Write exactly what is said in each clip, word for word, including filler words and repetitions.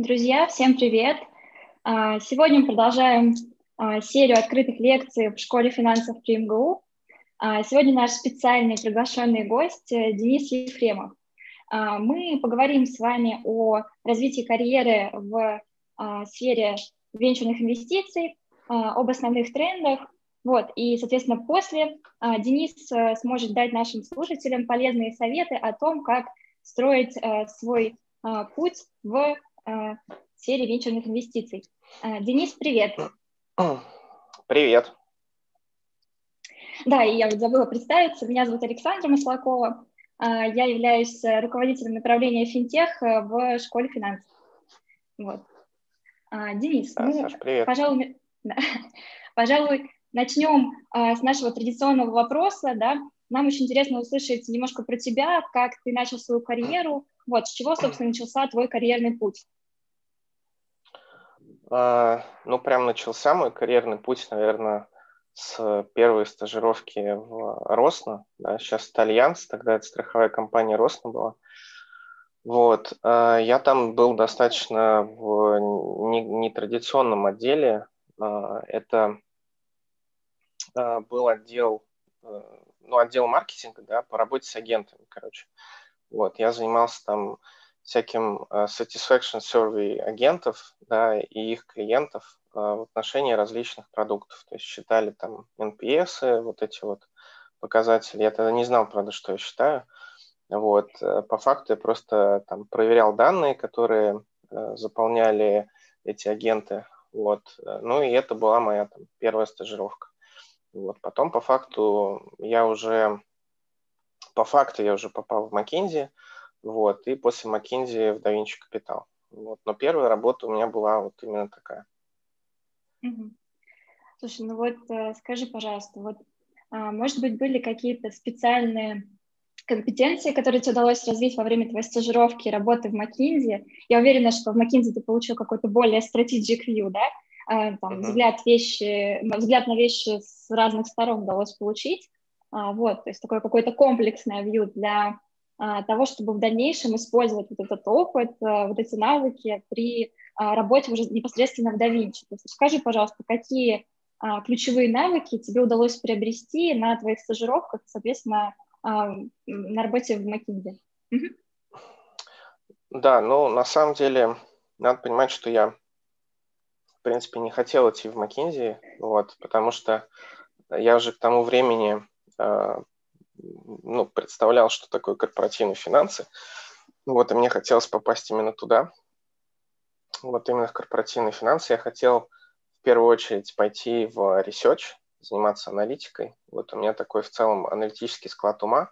Друзья, всем привет! А, Сегодня мы продолжаем а, серию открытых лекций в школе финансов при эм гэ у. А, Сегодня наш специальный приглашенный гость э, Денис Ефремов. А, Мы поговорим с вами о развитии карьеры в а, сфере венчурных инвестиций, а, об основных трендах. Вот. И, соответственно, после а, Денис э, сможет дать нашим слушателям полезные советы о том, как строить э, свой а, путь в а, сфере венчурных инвестиций. А, Денис, привет. Привет. Да, и я вот забыла представиться. Меня зовут Александра Маслакова. А, Я являюсь э, руководителем направления финтех э, в школе финансов. Вот. А, Денис, Да, ну, Саш, привет. пожалуй, да, пожалуй, начнем а, с нашего традиционного вопроса, да. Нам очень интересно услышать немножко про тебя, как ты начал свою карьеру, вот, с чего, собственно, начался твой карьерный путь. А, ну, прям начался мой карьерный путь, наверное, с первой стажировки в Росно. Да, сейчас это Альянс, тогда это страховая компания Росно была. Вот. а, Я там был достаточно в не- нетрадиционном отделе. А, Это а, был отдел, э, ну, отдел маркетинга, да, по работе с агентами, короче. Вот, я занимался там всяким э, satisfaction survey агентов, да, и их клиентов э, в отношении различных продуктов. То есть считали там эн пи эс, вот эти вот показатели. Я тогда не знал, правда, что я считаю. Вот, э, по факту я просто там проверял данные, которые э, заполняли эти агенты. Вот, э, ну и это была моя там первая стажировка. Вот, потом по факту я уже по факту я уже попал в McKinsey, вот, и после McKinsey в DaVinci Capital. Вот. Но первая работа у меня была вот именно такая. Мгм. Слушай, ну вот э, скажи, пожалуйста, вот, а, может быть, были какие-то специальные компетенции, которые тебе удалось развить во время твоей стажировки и работы в McKinsey? Я уверена, что в McKinsey ты получил какой-то более strategic view, да? А, там, Мгм. взгляд, вещи, взгляд на вещи с разных сторон удалось получить. А, вот, то есть такое какое-то комплексное view для а, того, чтобы в дальнейшем использовать вот этот опыт, а, вот эти навыки при а, работе уже непосредственно в DaVinci. То есть скажи, пожалуйста, какие а, ключевые навыки тебе удалось приобрести на твоих стажировках, соответственно, а, на работе в McKinsey? Мгм. Да, ну на самом деле надо понимать, что я, в принципе, не хотел идти в McKinsey, вот, потому что я уже к тому времени э, ну, представлял, что такое корпоративные финансы. Вот, и мне хотелось попасть именно туда. Вот именно в корпоративные финансы я хотел в первую очередь пойти в research, заниматься аналитикой. Вот у меня такой в целом аналитический склад ума.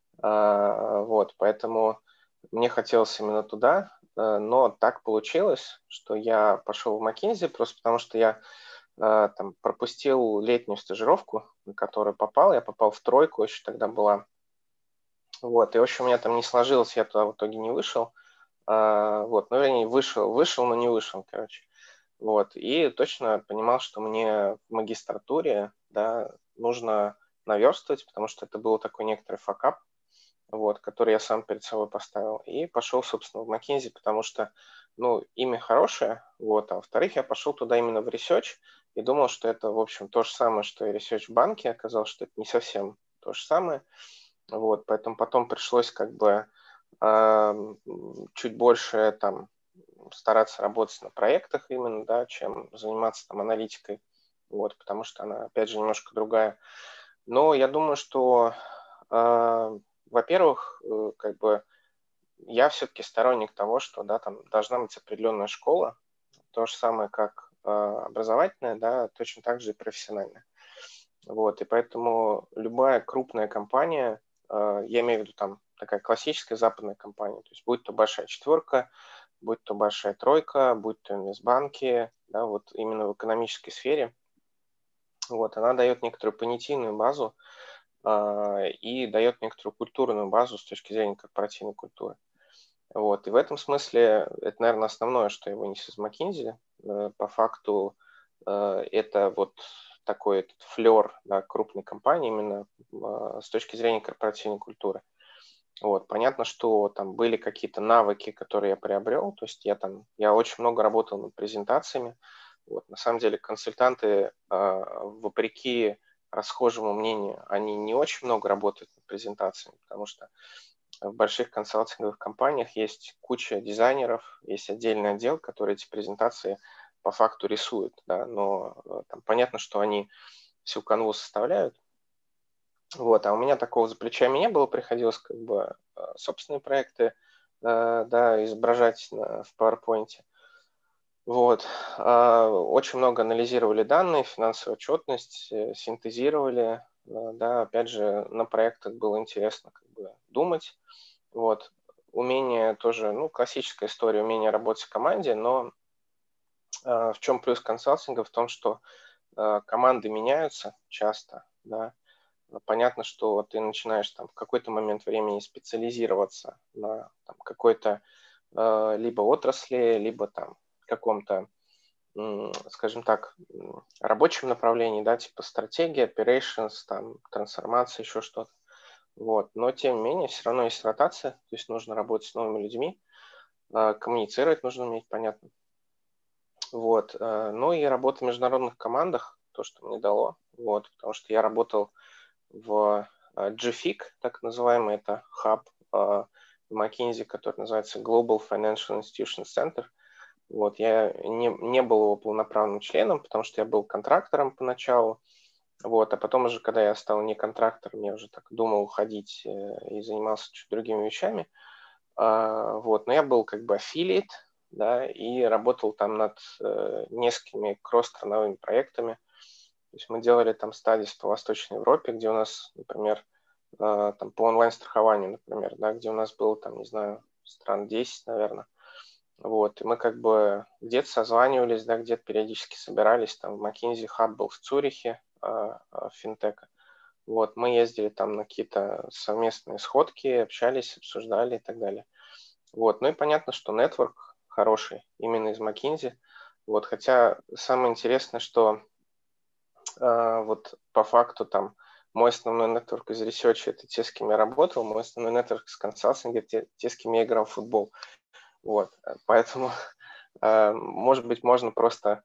А, Вот, поэтому мне хотелось именно туда, э, но так получилось, что я пошел в McKinsey просто потому, что я э, там пропустил летнюю стажировку, на которую попал. Я попал в тройку, еще тогда была. Вот, и, в общем, у меня там не сложилось, я туда в итоге не вышел. А, Вот, ну, вернее, вышел, вышел, но не вышел, короче. Вот, и точно понимал, что мне в магистратуре, да, нужно наверстывать, потому что это был такой некоторый факап, вот, который я сам перед собой поставил. И пошел, собственно, в McKinsey, потому что, ну, имя хорошее, вот, а во-вторых, я пошел туда именно в research и думал, что это, в общем, то же самое, что и research в банке. Оказалось, что это не совсем то же самое. Вот, поэтому потом пришлось как бы э, чуть больше там стараться работать на проектах именно, да, чем заниматься там аналитикой, вот, потому что она, опять же, немножко другая. Но я думаю, что, э, во-первых, э, как бы я все-таки сторонник того, что, да, там должна быть определенная школа, то же самое, как э, образовательная, да, точно так же и профессиональная. Вот, и поэтому любая крупная компания, э, я имею в виду там такая классическая западная компания, то есть будь то большая четверка, будь то большая тройка, будь то инвестбанки, да, вот именно в экономической сфере, вот, она дает некоторую понятийную базу э, и дает некоторую культурную базу с точки зрения корпоративной культуры. Вот, и в этом смысле это, наверное, основное, что я вынес из McKinsey. Э, по факту э, это вот такой этот флер, да, крупной компании именно э, с точки зрения корпоративной культуры. Вот, понятно, что там были какие-то навыки, которые я приобрел, то есть я там, я очень много работал над презентациями. Вот, на самом деле консультанты, вопреки расхожему мнению, они не очень много работают над презентациями, потому что в больших консалтинговых компаниях есть куча дизайнеров, есть отдельный отдел, который эти презентации по факту рисует, да, но там понятно, что они всю канву составляют. Вот, а у меня такого за плечами не было, приходилось как бы собственные проекты, да, изображать в PowerPoint. Вот. Очень много анализировали данные, финансовую отчетность, синтезировали. Да, опять же, на проектах было интересно как бы думать. Вот. Умение тоже, ну, классическая история, умение работать в команде, но в чем плюс консалтинга? В том, что команды меняются часто, да. Понятно, что ты начинаешь там в какой-то момент времени специализироваться на там, какой-то э, либо отрасли, либо там каком-то, м, скажем так, рабочем направлении, да, типа стратегия, operations, там, трансформация, еще что-то. Вот. Но, тем не менее, все равно есть ротация, то есть нужно работать с новыми людьми, э, коммуницировать нужно уметь, понятно. Вот. Э, ну и работа в международных командах, то, что мне дало, вот, потому что я работал в джи фик, так называемый, это хаб в McKinsey, который называется Global Financial Institution Center. Вот, я не, не был его полноправным членом, потому что я был контрактором поначалу, вот, а потом уже, когда я стал не контрактором, я уже так думал уходить и занимался чуть другими вещами, вот, но я был как бы affiliate, да, и работал там над несколькими кросс-страновыми проектами. То есть мы делали там стадис по Восточной Европе, где у нас, например, там по онлайн-страхованию, например, да, где у нас было там, не знаю, стран десять, наверное. Вот, и мы как бы где-то созванивались, да, где-то периодически собирались, там в McKinsey Hub был в Цюрихе, финтека. Вот, мы ездили там на какие-то совместные сходки, общались, обсуждали и так далее. Вот, ну и понятно, что нетворк хороший именно из McKinsey. Вот, хотя самое интересное, что вот по факту там мой основной нетворк из ресерча – это те, с кем я работал, мой основной нетворк из консалтинга – те, те, с кем я играл в футбол. Вот, поэтому, может быть, можно просто,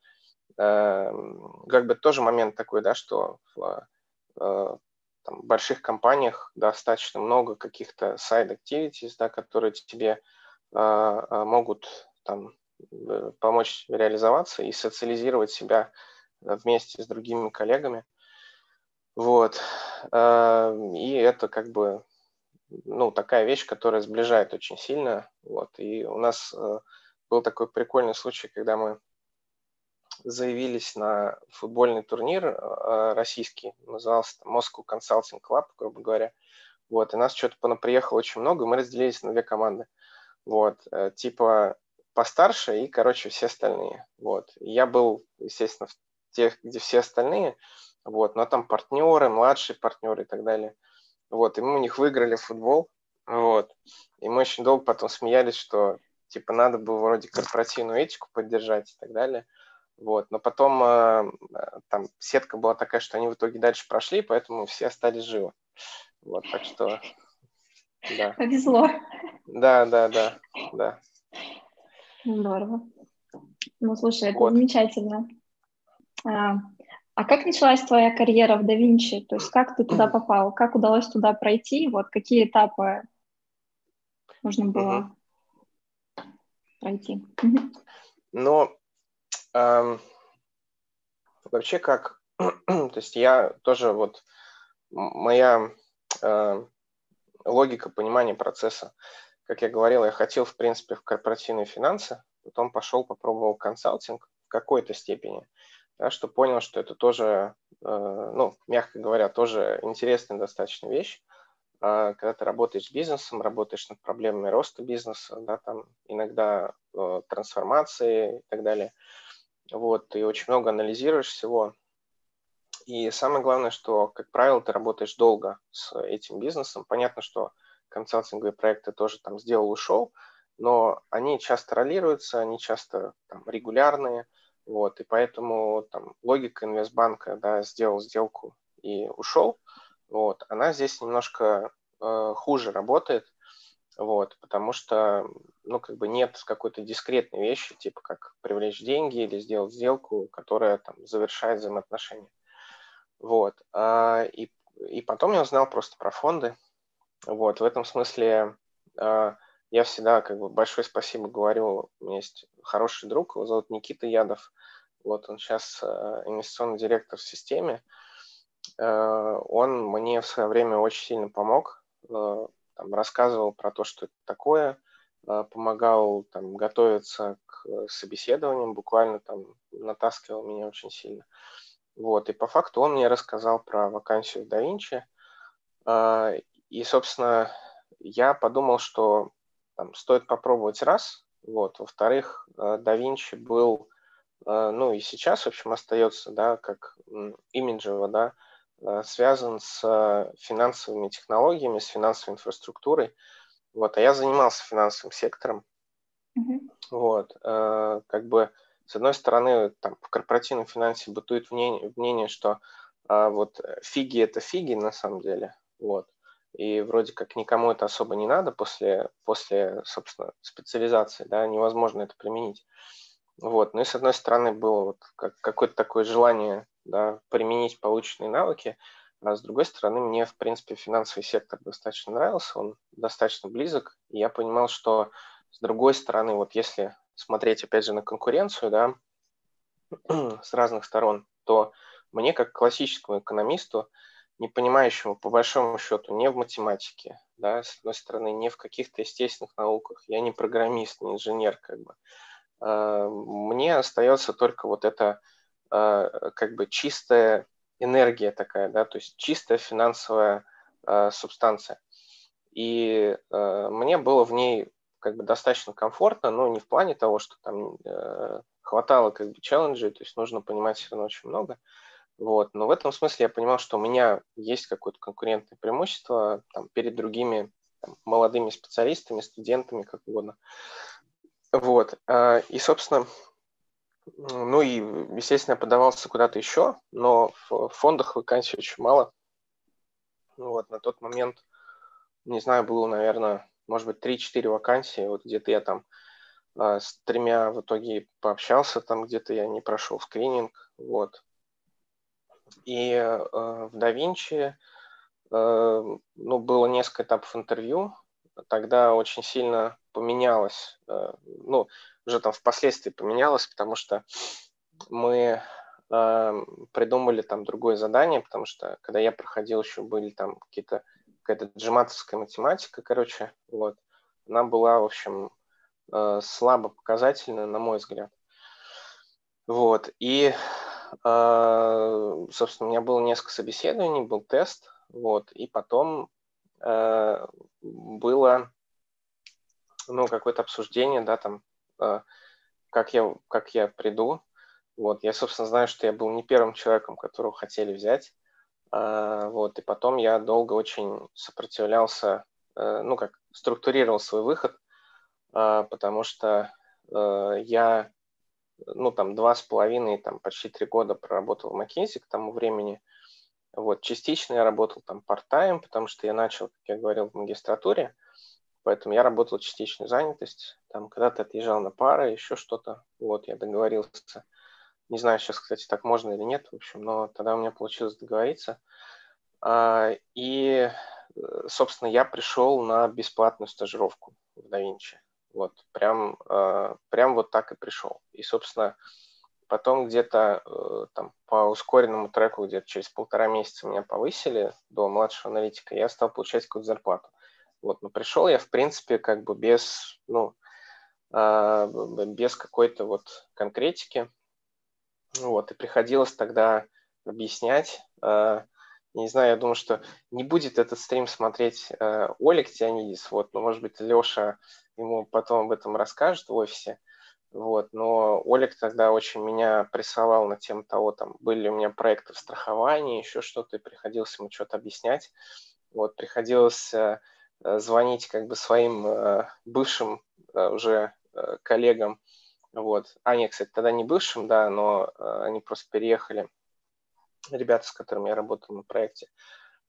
как бы тоже момент такой, да, что в там, больших компаниях достаточно много каких-то side activities, да, которые тебе могут там помочь реализоваться и социализировать себя вместе с другими коллегами. Вот. И это как бы, ну, такая вещь, которая сближает очень сильно. Вот. И у нас был такой прикольный случай, когда мы заявились на футбольный турнир российский, назывался Moscow Consulting Club, грубо говоря. Вот. И нас что-то приехало очень много, мы разделились на две команды. Вот. Типа постарше и, короче, все остальные. Вот. И я был, естественно, в тех, где все остальные, вот, но там партнеры, младшие партнеры и так далее. Вот, и мы у них выиграли футбол, вот, и мы очень долго потом смеялись, что, типа, надо было вроде корпоративную этику поддержать и так далее, вот, но потом э, там сетка была такая, что они в итоге дальше прошли, поэтому все остались живы, вот, так что, да. Повезло. Да, да, да, да. Здорово. Ну, слушай, это вот. замечательно. А, а как началась твоя карьера в DaVinci? То есть как ты туда попал? Как удалось туда пройти? Вот какие этапы нужно было угу. пройти? Ну, эм, вообще как... То есть я тоже вот... Моя э, логика понимания процесса, как я говорил, я хотел, в принципе, в корпоративные финансы, потом пошел, попробовал консалтинг в какой-то степени, да, что понял, что это тоже, э, ну, мягко говоря, тоже интересная достаточно вещь. Э, когда ты работаешь с бизнесом, работаешь над проблемами роста бизнеса, да, там иногда э, трансформации и так далее. Вот, ты очень много анализируешь всего. И самое главное, что, как правило, ты работаешь долго с этим бизнесом. Понятно, что консалтинговые проекты тоже там сделал, ушел, но они часто ролируются, они часто там регулярные, вот, и поэтому там логика инвестбанка, да, сделал сделку и ушел, вот, она здесь немножко э, хуже работает, Вот, потому что, ну, как бы нет какой-то дискретной вещи, типа как привлечь деньги или сделать сделку, которая там завершает взаимоотношения. Вот. а, И, и потом я узнал просто про фонды. Вот, в этом смысле а, я всегда как бы большое спасибо говорю. У меня есть хороший друг, его зовут Никита Ядов. Вот он сейчас инвестиционный директор в системе. Э, Он мне в свое время очень сильно помог. э, Там, рассказывал про то, что это такое, э, помогал там, готовиться к э, собеседованиям, буквально там натаскивал меня очень сильно. Вот, и по факту он мне рассказал про вакансию в DaVinci. А, И, собственно, я подумал, что там, стоит попробовать раз. Вот. Во-вторых, э, DaVinci был, э, ну и сейчас, в общем, остается, да, как м, имиджево, да, э, связан с э, финансовыми технологиями, с финансовой инфраструктурой. Вот. А я занимался финансовым сектором. Мгм. Вот. э, Как бы, с одной стороны, там, в корпоративном финансе бытует мнение, мнение, что а, вот э, фиги – это фиги на самом деле. Вот. И вроде как никому это особо не надо после, после собственно, специализации, да, невозможно это применить. Вот. Ну и с одной стороны было вот как, какое-то такое желание, да, применить полученные навыки, а с другой стороны мне, в принципе, финансовый сектор достаточно нравился, он достаточно близок, и я понимал, что с другой стороны, вот если смотреть, опять же, на конкуренцию, да, с разных сторон, то мне, как классическому экономисту, не понимающему, по большому счету, не в математике, да, с одной стороны, не в каких-то естественных науках, я не программист, не инженер, как бы, а, мне остается только вот эта а, как бы чистая энергия такая, да, то есть чистая финансовая а, субстанция. И э, мне было в ней как бы достаточно комфортно, но не в плане того, что там э, хватало как бы челленджей, то есть нужно понимать все равно очень много. Вот. Но в этом смысле я понимал, что у меня есть какое-то конкурентное преимущество там, перед другими там, молодыми специалистами, студентами, как угодно. Вот. а, И, собственно, ну и, естественно, я подавался куда-то еще, но в фондах вакансий очень мало. Ну вот, на тот момент, не знаю, было, наверное, может быть, три-четыре вакансии, вот где-то я там а, с тремя в итоге пообщался, там где-то я не прошел скрининг, вот. И э, в DaVinci, э, ну, было несколько этапов интервью, тогда очень сильно поменялось, э, ну, уже там впоследствии поменялось, потому что мы э, придумали там другое задание, потому что когда я проходил, еще были там какие-то какая-то джематовская математика, короче, вот. Она была, в общем, э, слабо показательна, на мой взгляд. Вот, и, э, собственно, у меня было несколько собеседований, был тест, вот, и потом э, было, ну, какое-то обсуждение, да, там, э, как я, как я приду. Вот, я, собственно, знаю, что я был не первым человеком, которого хотели взять. А, вот, и потом я долго очень сопротивлялся, э, ну, как структурировал свой выход, а, потому что э, я, ну, там, два с половиной, там, почти три года проработал в McKinsey к тому времени. Вот, частично я работал там part-time, потому что я начал, как я говорил, в магистратуре, поэтому я работал частичную занятость, там, когда-то отъезжал на пары, еще что-то, вот, я договорился. Не знаю сейчас, кстати, так можно или нет, в общем, но тогда у меня получилось договориться. А, И, э, собственно, я пришел на бесплатную стажировку в DaVinci. Вот, прям, э, прям вот так и пришел. И, собственно, потом где-то э, там по ускоренному треку где-то через полтора месяца меня повысили до младшего аналитика, и я стал получать какую-то зарплату. Вот, но пришел я, в принципе, как бы без, ну, а, без какой-то вот конкретики. Вот, и приходилось тогда объяснять. э, Не знаю, я думаю, что не будет этот стрим смотреть э, Олег Тианидис, вот, но, может быть, Леша ему потом об этом расскажет в офисе. Вот, но Олег тогда очень меня прессовал на тему того, там, были ли у меня проекты в страховании, еще что-то, и приходилось ему что-то объяснять. Вот, приходилось э, э, звонить как бы своим э, бывшим э, уже э, коллегам, вот. А, нет, кстати, тогда не бывшим, да, но э, они просто переехали, ребята, с которыми я работал на проекте.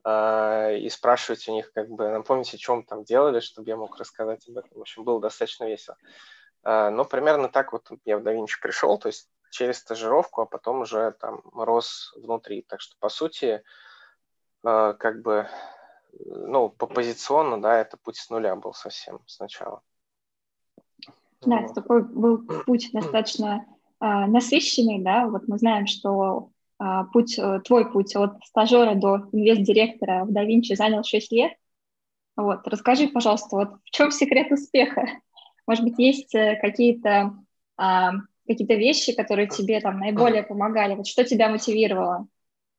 и спрашивать у них, как бы, напомните, что мы там делали, чтобы я мог рассказать об этом. В общем, было достаточно весело. Но примерно так вот я в DaVinci пришел, то есть через стажировку, а потом уже там рос внутри. Так что, по сути, как бы, ну, по позиционно, да, это путь с нуля был совсем сначала. Да, вот. Такой был путь достаточно э, насыщенный, да, вот мы знаем, что э, путь, э, твой путь от стажера до инвест-директора в DaVinci занял шесть лет. Вот, расскажи, пожалуйста, вот в чем секрет успеха? Может быть, есть э, какие-то э, какие-то вещи, которые тебе там наиболее помогали? Вот что тебя мотивировало?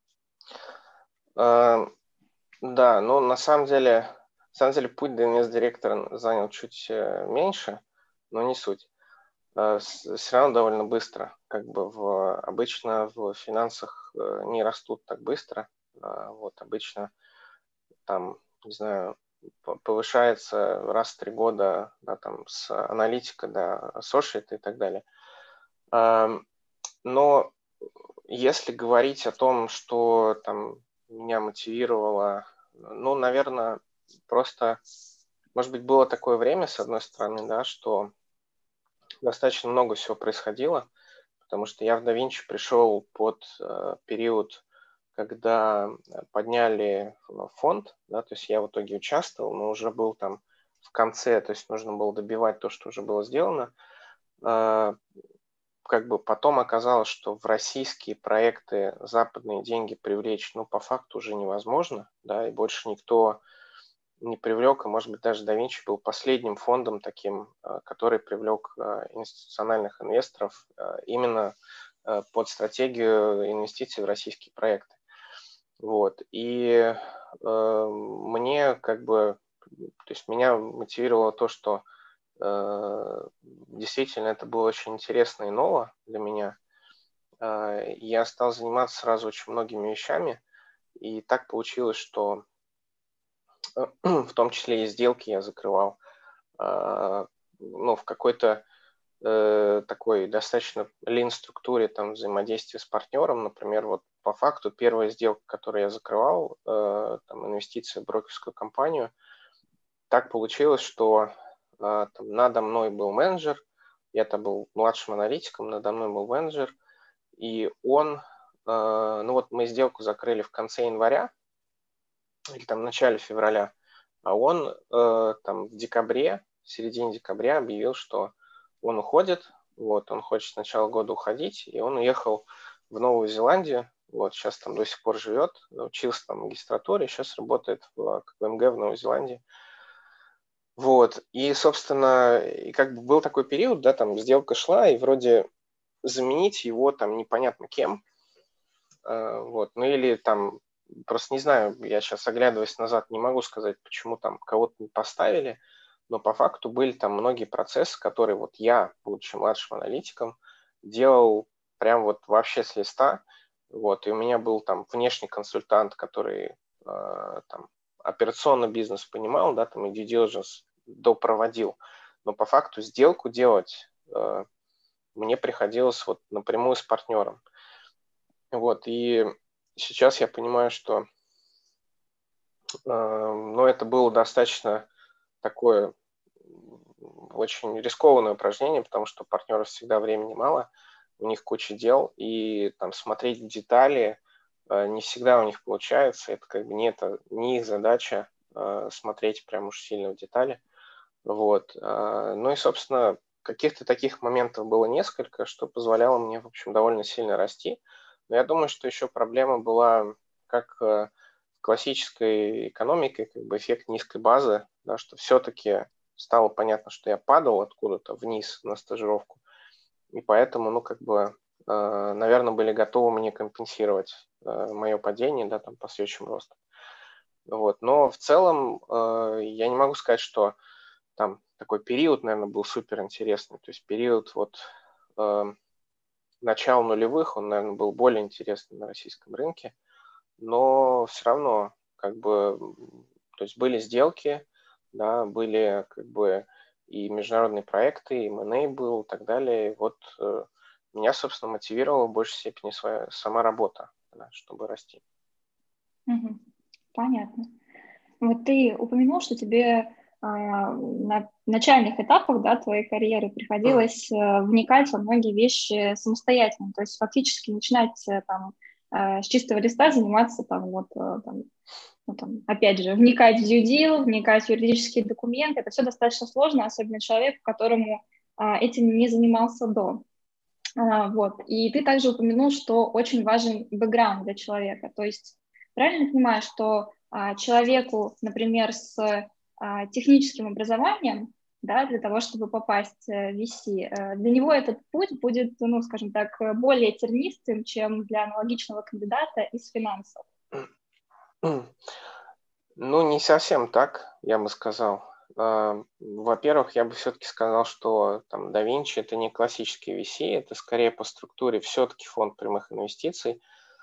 Uh, да, ну, на самом деле, на самом деле путь до инвест-директора занял чуть меньше, но не суть. Все равно довольно быстро. Как бы в, обычно в финансах не растут так быстро. Вот обычно там, не знаю, повышается раз в три года, да, там с аналитика до associate и так далее. Но если говорить о том, что там меня мотивировало, ну, наверное, просто, может быть, было такое время, с одной стороны, да, что достаточно много всего происходило, потому что я в DaVinci пришел под э, период, когда подняли фонд, да, то есть я в итоге участвовал, но уже был там в конце, то есть нужно было добивать то, что уже было сделано. Э, как бы потом оказалось, что в российские проекты западные деньги привлечь, ну, по факту уже невозможно, да, и больше никто не привлек, и, может быть, даже DaVinci был последним фондом таким, который привлек институциональных инвесторов именно под стратегию инвестиций в российские проекты. Вот. И э, мне как бы, то есть меня мотивировало то, что э, действительно это было очень интересно и ново для меня. Э, я стал заниматься сразу очень многими вещами, и так получилось, что в том числе и сделки я закрывал, ну, в какой-то э, такой достаточно лин-структуре там взаимодействия с партнером. Например, вот по факту первая сделка, которую я закрывал, э, там инвестиции в брокерскую компанию, так получилось, что э, там, надо мной был менеджер, я-то был младшим аналитиком, надо мной был менеджер, и он, э, ну вот мы сделку закрыли в конце января, или там в начале февраля, а он э, там в декабре, в середине декабря объявил, что он уходит, вот, он хочет с начала года уходить, и он уехал в Новую Зеландию, вот, сейчас там до сих пор живет, учился там в магистратуре, сейчас работает в КПМГ в Новой Зеландии. Вот, и, собственно, и как бы был такой период, да, там сделка шла, и вроде заменить его там непонятно кем, э, вот, ну или там просто не знаю, я сейчас, оглядываясь назад, не могу сказать, почему там кого-то не поставили, но по факту были там многие процессы, которые вот я, будучи младшим аналитиком, делал прям вот вообще с листа. Вот, и у меня был там внешний консультант, который э, там операционно бизнес понимал, да, там и due diligence допроводил. Но по факту сделку делать э, мне приходилось вот напрямую с партнером. Вот, и сейчас я понимаю, что но это было достаточно такое очень рискованное упражнение, потому что у партнеров всегда времени мало, у них куча дел, и там смотреть в детали не всегда у них получается. Это как бы не, это, не их задача смотреть прям уж сильно в детали. Вот. Ну и, собственно, каких-то таких моментов было несколько, что позволяло мне, в общем, довольно сильно расти. Но я думаю, что еще проблема была как в классической экономике, как бы эффект низкой базы, да, что все-таки стало понятно, что я падал откуда-то вниз на стажировку, и поэтому, ну, как бы, э, наверное, были готовы мне компенсировать э, мое падение, да, там, последующим ростом. Вот. Но в целом э, я не могу сказать, что там такой период, наверное, был супер интересный. То есть период вот э, начала нулевых, он, наверное, был более интересный на российском рынке, но все равно, как бы, то есть были сделки, да, были как бы и международные проекты, и эм энд эй был и так далее. И вот э, меня, собственно, мотивировала в большей степени своя, сама работа, да, чтобы расти. Угу. Понятно. Вот ты упомянул, что тебе а, на начальных этапах, да, твоей карьеры приходилось а, вникать во многие вещи самостоятельно, то есть фактически начинать а, там а, с чистого листа заниматься там вот а, там, ну, там, опять же, вникать в due deal, вникать в юридические документы, это все достаточно сложно, особенно человеку, которому а, этим не занимался до. А, вот. И ты также упомянул, что очень важен бэкграунд для человека. То есть правильно понимаю, что а, человеку, например, с а, техническим образованием, да, для того, чтобы попасть э, в ви си, э, для него этот путь будет, ну, скажем так, более тернистым, чем для аналогичного кандидата из финансов. Ну, не совсем так, я бы сказал. А, Во-первых, я бы все-таки сказал, что там DaVinci это не классический ви си, это скорее по структуре все-таки фонд прямых инвестиций.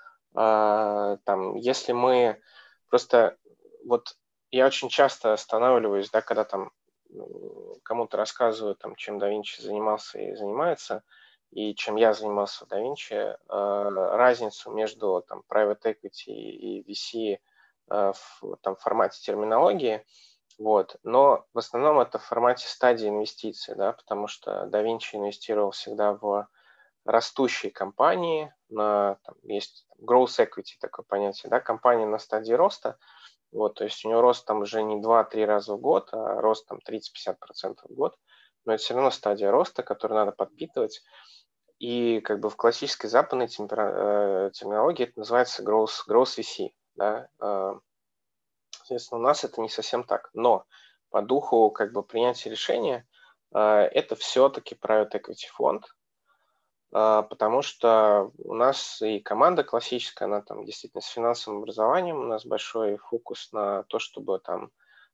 А, Там, если мы просто вот я очень часто останавливаюсь, да, когда там м, кому-то рассказываю, там, чем DaVinci занимался и занимается, и чем я занимался в DaVinci, а, разницу между там private equity и ви си а, в там, формате терминологии, вот. Но в основном это в формате стадии инвестиций, да, потому что DaVinci инвестировал всегда в растущие компании, на, там, есть growth equity такое понятие, да, компания на стадии роста, вот, то есть у него рост там уже не два-три раза в год, а рост там тридцать-пятьдесят процентов в год, но это все равно стадия роста, которую надо подпитывать, и как бы в классической западной терминологии это называется growth, growth ви си, да, соответственно, у нас это не совсем так, но по духу как бы принятия решения это все-таки private equity фонд, потому что у нас и команда классическая, она там действительно с финансовым образованием, у нас большой фокус на то, чтобы там,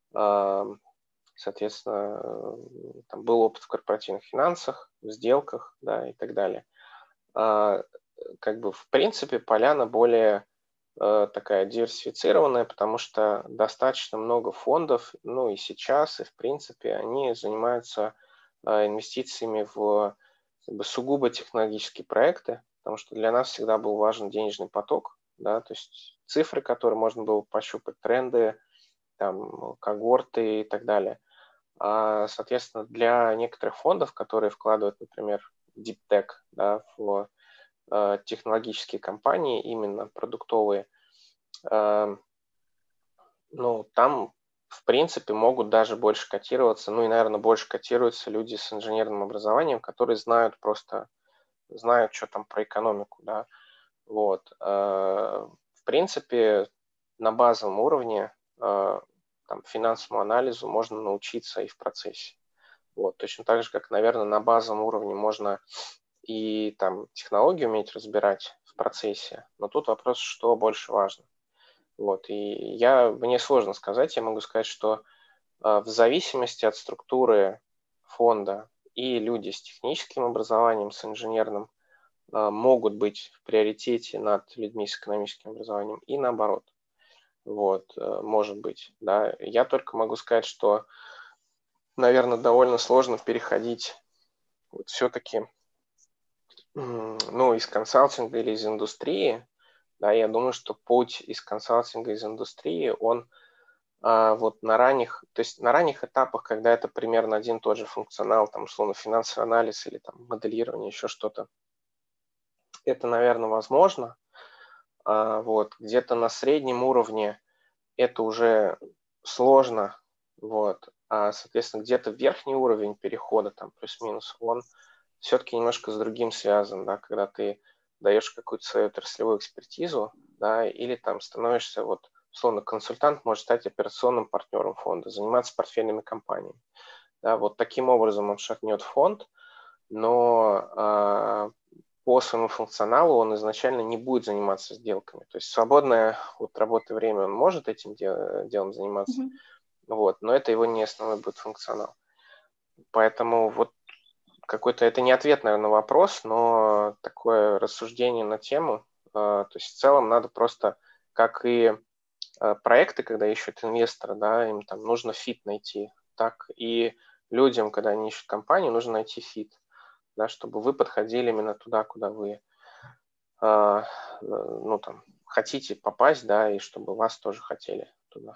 соответственно, там был опыт в корпоративных финансах, в сделках, да, и так далее. Как бы в принципе поляна более такая диверсифицированная, потому что достаточно много фондов, ну и сейчас, и в принципе, они занимаются инвестициями в как бы сугубо технологические проекты, потому что для нас всегда был важен денежный поток, да, то есть цифры, которые можно было пощупать, тренды, там, когорты и так далее. А, соответственно, для некоторых фондов, которые вкладывают, например, в Deep Tech, да, в э, технологические компании, именно продуктовые, э, ну, там, в принципе, могут даже больше котироваться, ну и, наверное, больше котируются люди с инженерным образованием, которые знают просто, знают, что там про экономику, да, вот. Э, в принципе, на базовом уровне э, там, финансовому анализу можно научиться и в процессе. Вот. Точно так же, как, наверное, на базовом уровне можно и там технологию уметь разбирать в процессе, но тут вопрос, что больше важно. Вот. И я, мне сложно сказать, я могу сказать, что э, в зависимости от структуры фонда и люди с техническим образованием, с инженерным, э, могут быть в приоритете над людьми с экономическим образованием и наоборот. Вот, э, может быть, да. Я только могу сказать, что, наверное, довольно сложно переходить вот все-таки, ну, из консалтинга или из индустрии, да, я думаю, что путь из консалтинга, из индустрии, он а, вот на ранних, то есть на ранних этапах, когда это примерно один и тот же функционал, там, условно, финансовый анализ или там моделирование, еще что-то, это, наверное, возможно. А, вот, где-то на среднем уровне это уже сложно, вот, а, соответственно, где-то верхний уровень перехода, там, плюс-минус, он все-таки немножко с другим связан, да, когда ты даешь какую-то свою отраслевую экспертизу, да, или там становишься, вот, условно, консультант может стать операционным партнером фонда, заниматься портфельными компаниями, да, вот таким образом он шагнет в фонд, но а, по своему функционалу он изначально не будет заниматься сделками. То есть свободное от работы время он может этим дел- делом заниматься, Mm-hmm. вот, но это его не основной будет функционал. Поэтому вот какой-то, это не ответ, наверное, на вопрос, но такое рассуждение на тему. То есть в целом надо просто, как и проекты, когда ищут инвестора, да, им там нужно фит найти, так и людям, когда они ищут компанию, нужно найти фит, да, чтобы вы подходили именно туда, куда вы э, ну, там, хотите попасть, да, и чтобы вас тоже хотели туда.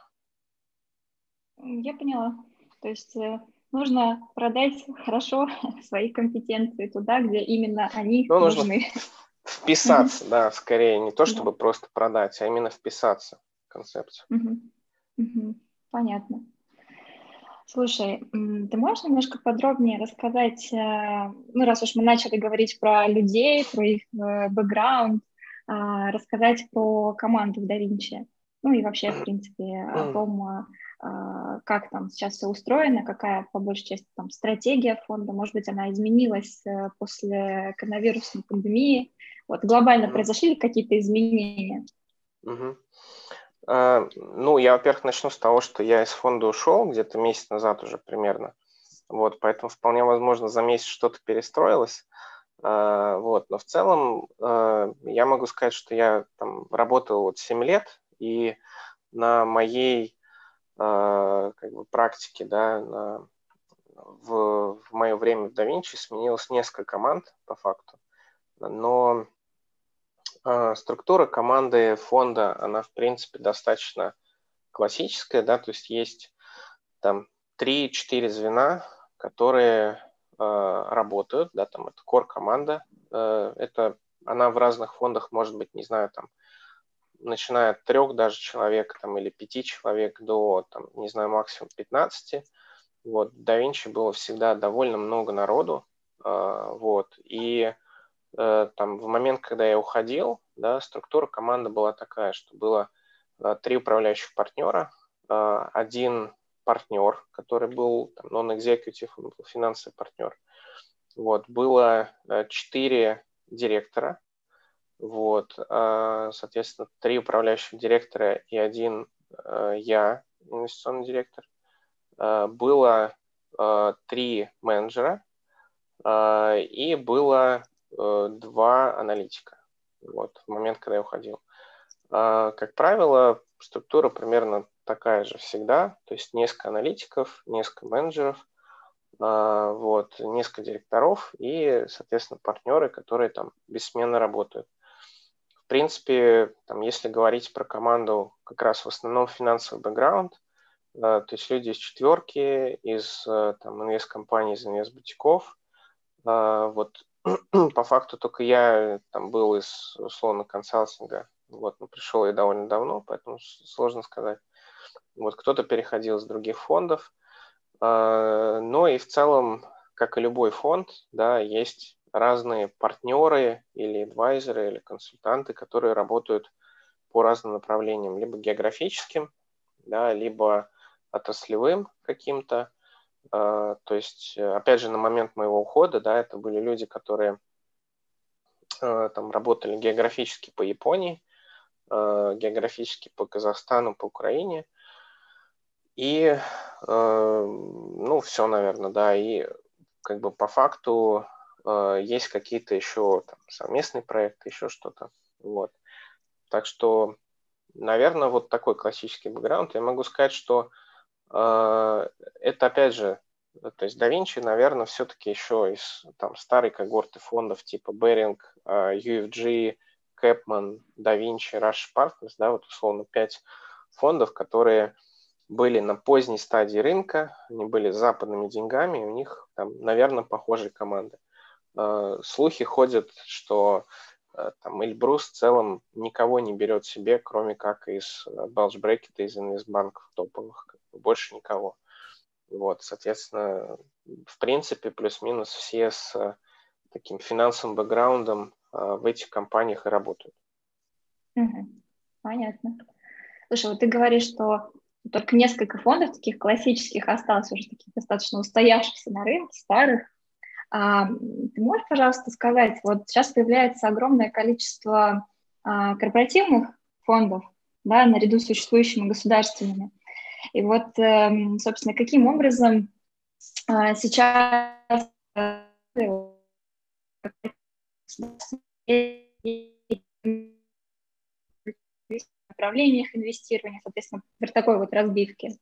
Я поняла. То есть э, нужно продать хорошо свои компетенции туда, где именно они Ну, нужно нужны. вписаться, да, скорее, не то Да. чтобы просто продать, а именно вписаться в концепцию. Мгм. Мгм. Понятно. Слушай, м, ты можешь немножко подробнее рассказать, э, ну, раз уж мы начали говорить про людей, про их э, бэкграунд, а, рассказать про команду в DaVinci, ну и вообще, в принципе, о том, а, а, как там сейчас все устроено, какая, по большей части, там стратегия фонда, может быть, она изменилась э, после коронавирусной пандемии. Вот глобально Мгм. произошли ли какие-то изменения? Мгм. А, Ну, я, во-первых, начну с того, что я из фонда ушел где-то месяц назад уже примерно. Вот, поэтому вполне возможно за месяц что-то перестроилось. А, Вот, но в целом а, я могу сказать, что я там работал вот семь лет, и на моей а, как бы практике, да, на- в, в мое время в DaVinci сменилось несколько команд по факту, но а, структура команды фонда, она в принципе достаточно классическая, да, то есть есть там три-четыре звена, которые э, работают, да, там это core команда, э, это она в разных фондах может быть, не знаю, там, начиная от трех даже человек там, или пяти человек до, там, не знаю, максимум пятнадцати. Вот, в DaVinci было всегда довольно много народу, э, вот, и э, там в момент, когда я уходил, да, структура команды была такая, что было э, три управляющих партнера, э, один партнер, который был там, non-executive, он был финансовый партнер. Вот, было э, четыре директора, вот, э, соответственно, три управляющих директора и один э, я, инвестиционный директор. Э, было э, три менеджера, э, и было э, два аналитика. Вот, в момент, когда я уходил. А, Как правило, структура примерно такая же всегда, то есть несколько аналитиков, несколько менеджеров, а, вот, несколько директоров и, соответственно, партнеры, которые там бессменно работают. В принципе, там, если говорить про команду, как раз в основном финансовый бэкграунд, а, то есть люди из четверки, из а, там, инвесткомпаний, из инвестбутиков. А, Вот по факту только я там был из условно консалтинга. Вот, но пришел я довольно давно, поэтому с- сложно сказать. Вот кто-то переходил из других фондов. А, Но и в целом, как и любой фонд, да, есть разные партнеры или адвайзеры, или консультанты, которые работают по разным направлениям, либо географическим, да, либо отраслевым каким-то. А, То есть, э, опять же, на момент моего ухода, да, это были люди, которые э, там работали географически по Японии, э, географически по Казахстану, по Украине. И, э, ну, все, наверное, да. И как бы по факту э, есть какие-то еще там, совместные проекты, еще что-то. Вот. Так что, наверное, вот такой классический бэкграунд. Я могу сказать, что э, это, опять же, э, то есть DaVinci, наверное, все-таки еще из там, старой когорты фондов типа Baring, э, ю эф джи, Capman, DaVinci, Rush Partners, да, вот условно пять фондов, которые были на поздней стадии рынка, они были с западными деньгами, и у них там, наверное, похожие команды. Э, Слухи ходят, что э, там Эльбрус в целом никого не берет себе, кроме как из Bulge Bracket, из инвестбанков топовых, как бы больше никого. Вот, соответственно, в принципе, плюс-минус все с э, таким финансовым бэкграундом э, в этих компаниях и работают. Мгм. Понятно. Слушай, вот ты говоришь, что только несколько фондов таких классических осталось, уже таких достаточно устоявшихся на рынке, старых. А, ты можешь, пожалуйста, сказать, вот сейчас появляется огромное количество а, корпоративных фондов, да, наряду с существующими государственными. И вот, эм, собственно, каким образом а, сейчас э, направлениях инвестирования, соответственно, при такой вот разбивке?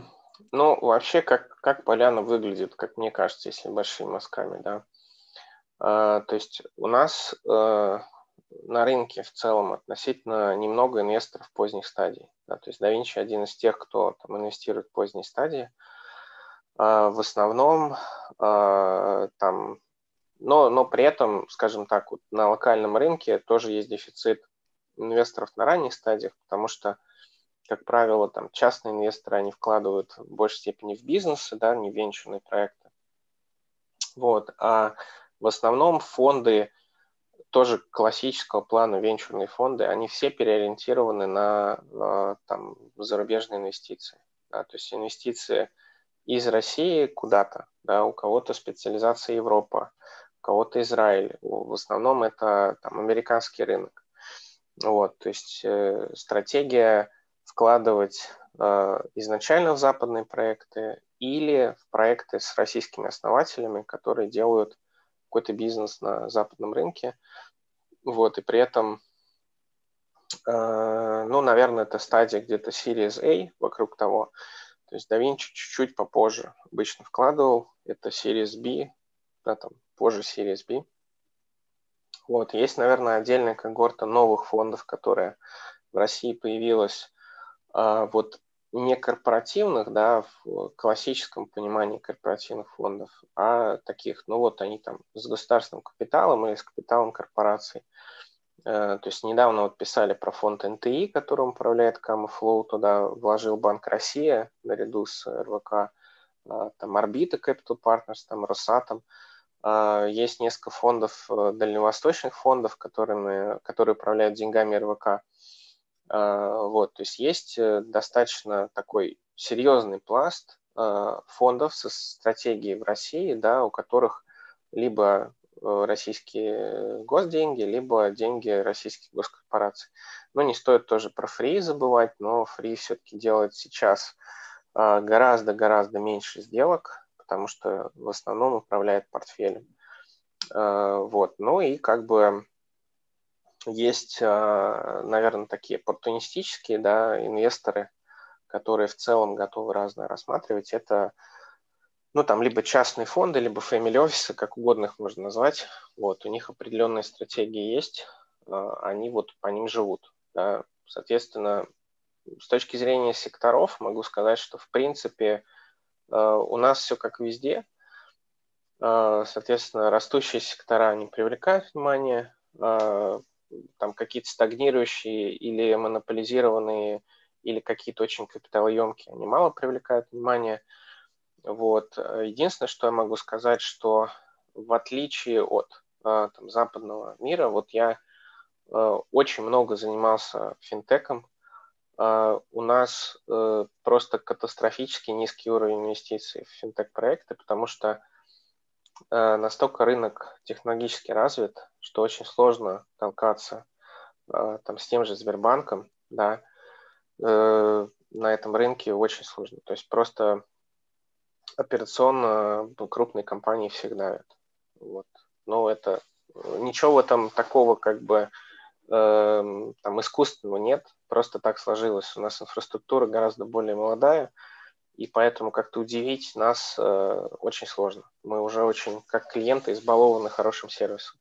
Ну, вообще, как, как поляна выглядит, как мне кажется, если большими мазками, да. То есть у нас на рынке в целом относительно немного инвесторов поздних стадий. Да, то есть DaVinci один из тех, кто там инвестирует в поздней стадии. В основном там, но, но при этом, скажем так, вот на локальном рынке тоже есть дефицит инвесторов на ранних стадиях, потому что, как правило, там частные инвесторы, они вкладывают в большей степени в бизнесы, да, не в венчурные проекты. Вот. А в основном фонды, тоже классического плана венчурные фонды, они все переориентированы на, на там, зарубежные инвестиции. Да, то есть инвестиции из России куда-то, да, у кого-то специализация Европа, у кого-то Израиль. В основном это там, американский рынок. Вот, то есть э, стратегия вкладывать э, изначально в западные проекты или в проекты с российскими основателями, которые делают какой-то бизнес на западном рынке. Вот, и при этом, э, ну, наверное, это стадия где-то Series A, вокруг того. То есть DaVinci чуть-чуть попозже обычно вкладывал. Это Series B, да, там позже Series B. Вот, есть, наверное, отдельная когорта новых фондов, которая в России появилась, а, вот не корпоративных, да, в классическом понимании корпоративных фондов, а таких, ну вот они там с государственным капиталом или с капиталом корпораций. То есть недавно вот писали про фонд эн тэ и, которым управляет Камофлоу, туда вложил Банк Россия наряду с эр вэ ка, там Орбита Capital Partners, там Росатом. Есть несколько фондов, дальневосточных фондов, которыми, которые управляют деньгами эр вэ ка. Вот, то есть есть достаточно такой серьезный пласт фондов со стратегией в России, да, у которых либо российские госденьги, либо деньги российских госкорпораций. Но не стоит тоже про Free забывать, но Free все-таки делает сейчас гораздо-гораздо меньше сделок, потому что в основном управляет портфелем. Вот, ну и как бы есть, наверное, такие оппортунистические, да, инвесторы, которые в целом готовы разное рассматривать. Это, ну, там, либо частные фонды, либо family офисы, как угодно их можно назвать. Вот, у них определенные стратегии есть, они вот по ним живут. Да. Соответственно, с точки зрения секторов могу сказать, что, в принципе, у нас все как везде. Соответственно, растущие сектора не привлекают внимания, там какие-то стагнирующие или монополизированные, или какие-то очень капиталоемкие, они мало привлекают внимание. Вот. Единственное, что я могу сказать, что в отличие от там, западного мира, вот я очень много занимался финтеком. У нас просто катастрофически низкий уровень инвестиций в финтек-проекты, потому что настолько рынок технологически развит, что очень сложно толкаться там, с тем же Сбербанком, да, э, на этом рынке очень сложно. То есть просто операционно крупные компании всех давят. Вот. Но это ничего в этом такого как бы э, там искусственного нет, просто так сложилось. У нас инфраструктура гораздо более молодая, и поэтому как-то удивить нас э, очень сложно. Мы уже очень, как клиенты, избалованы хорошим сервисом.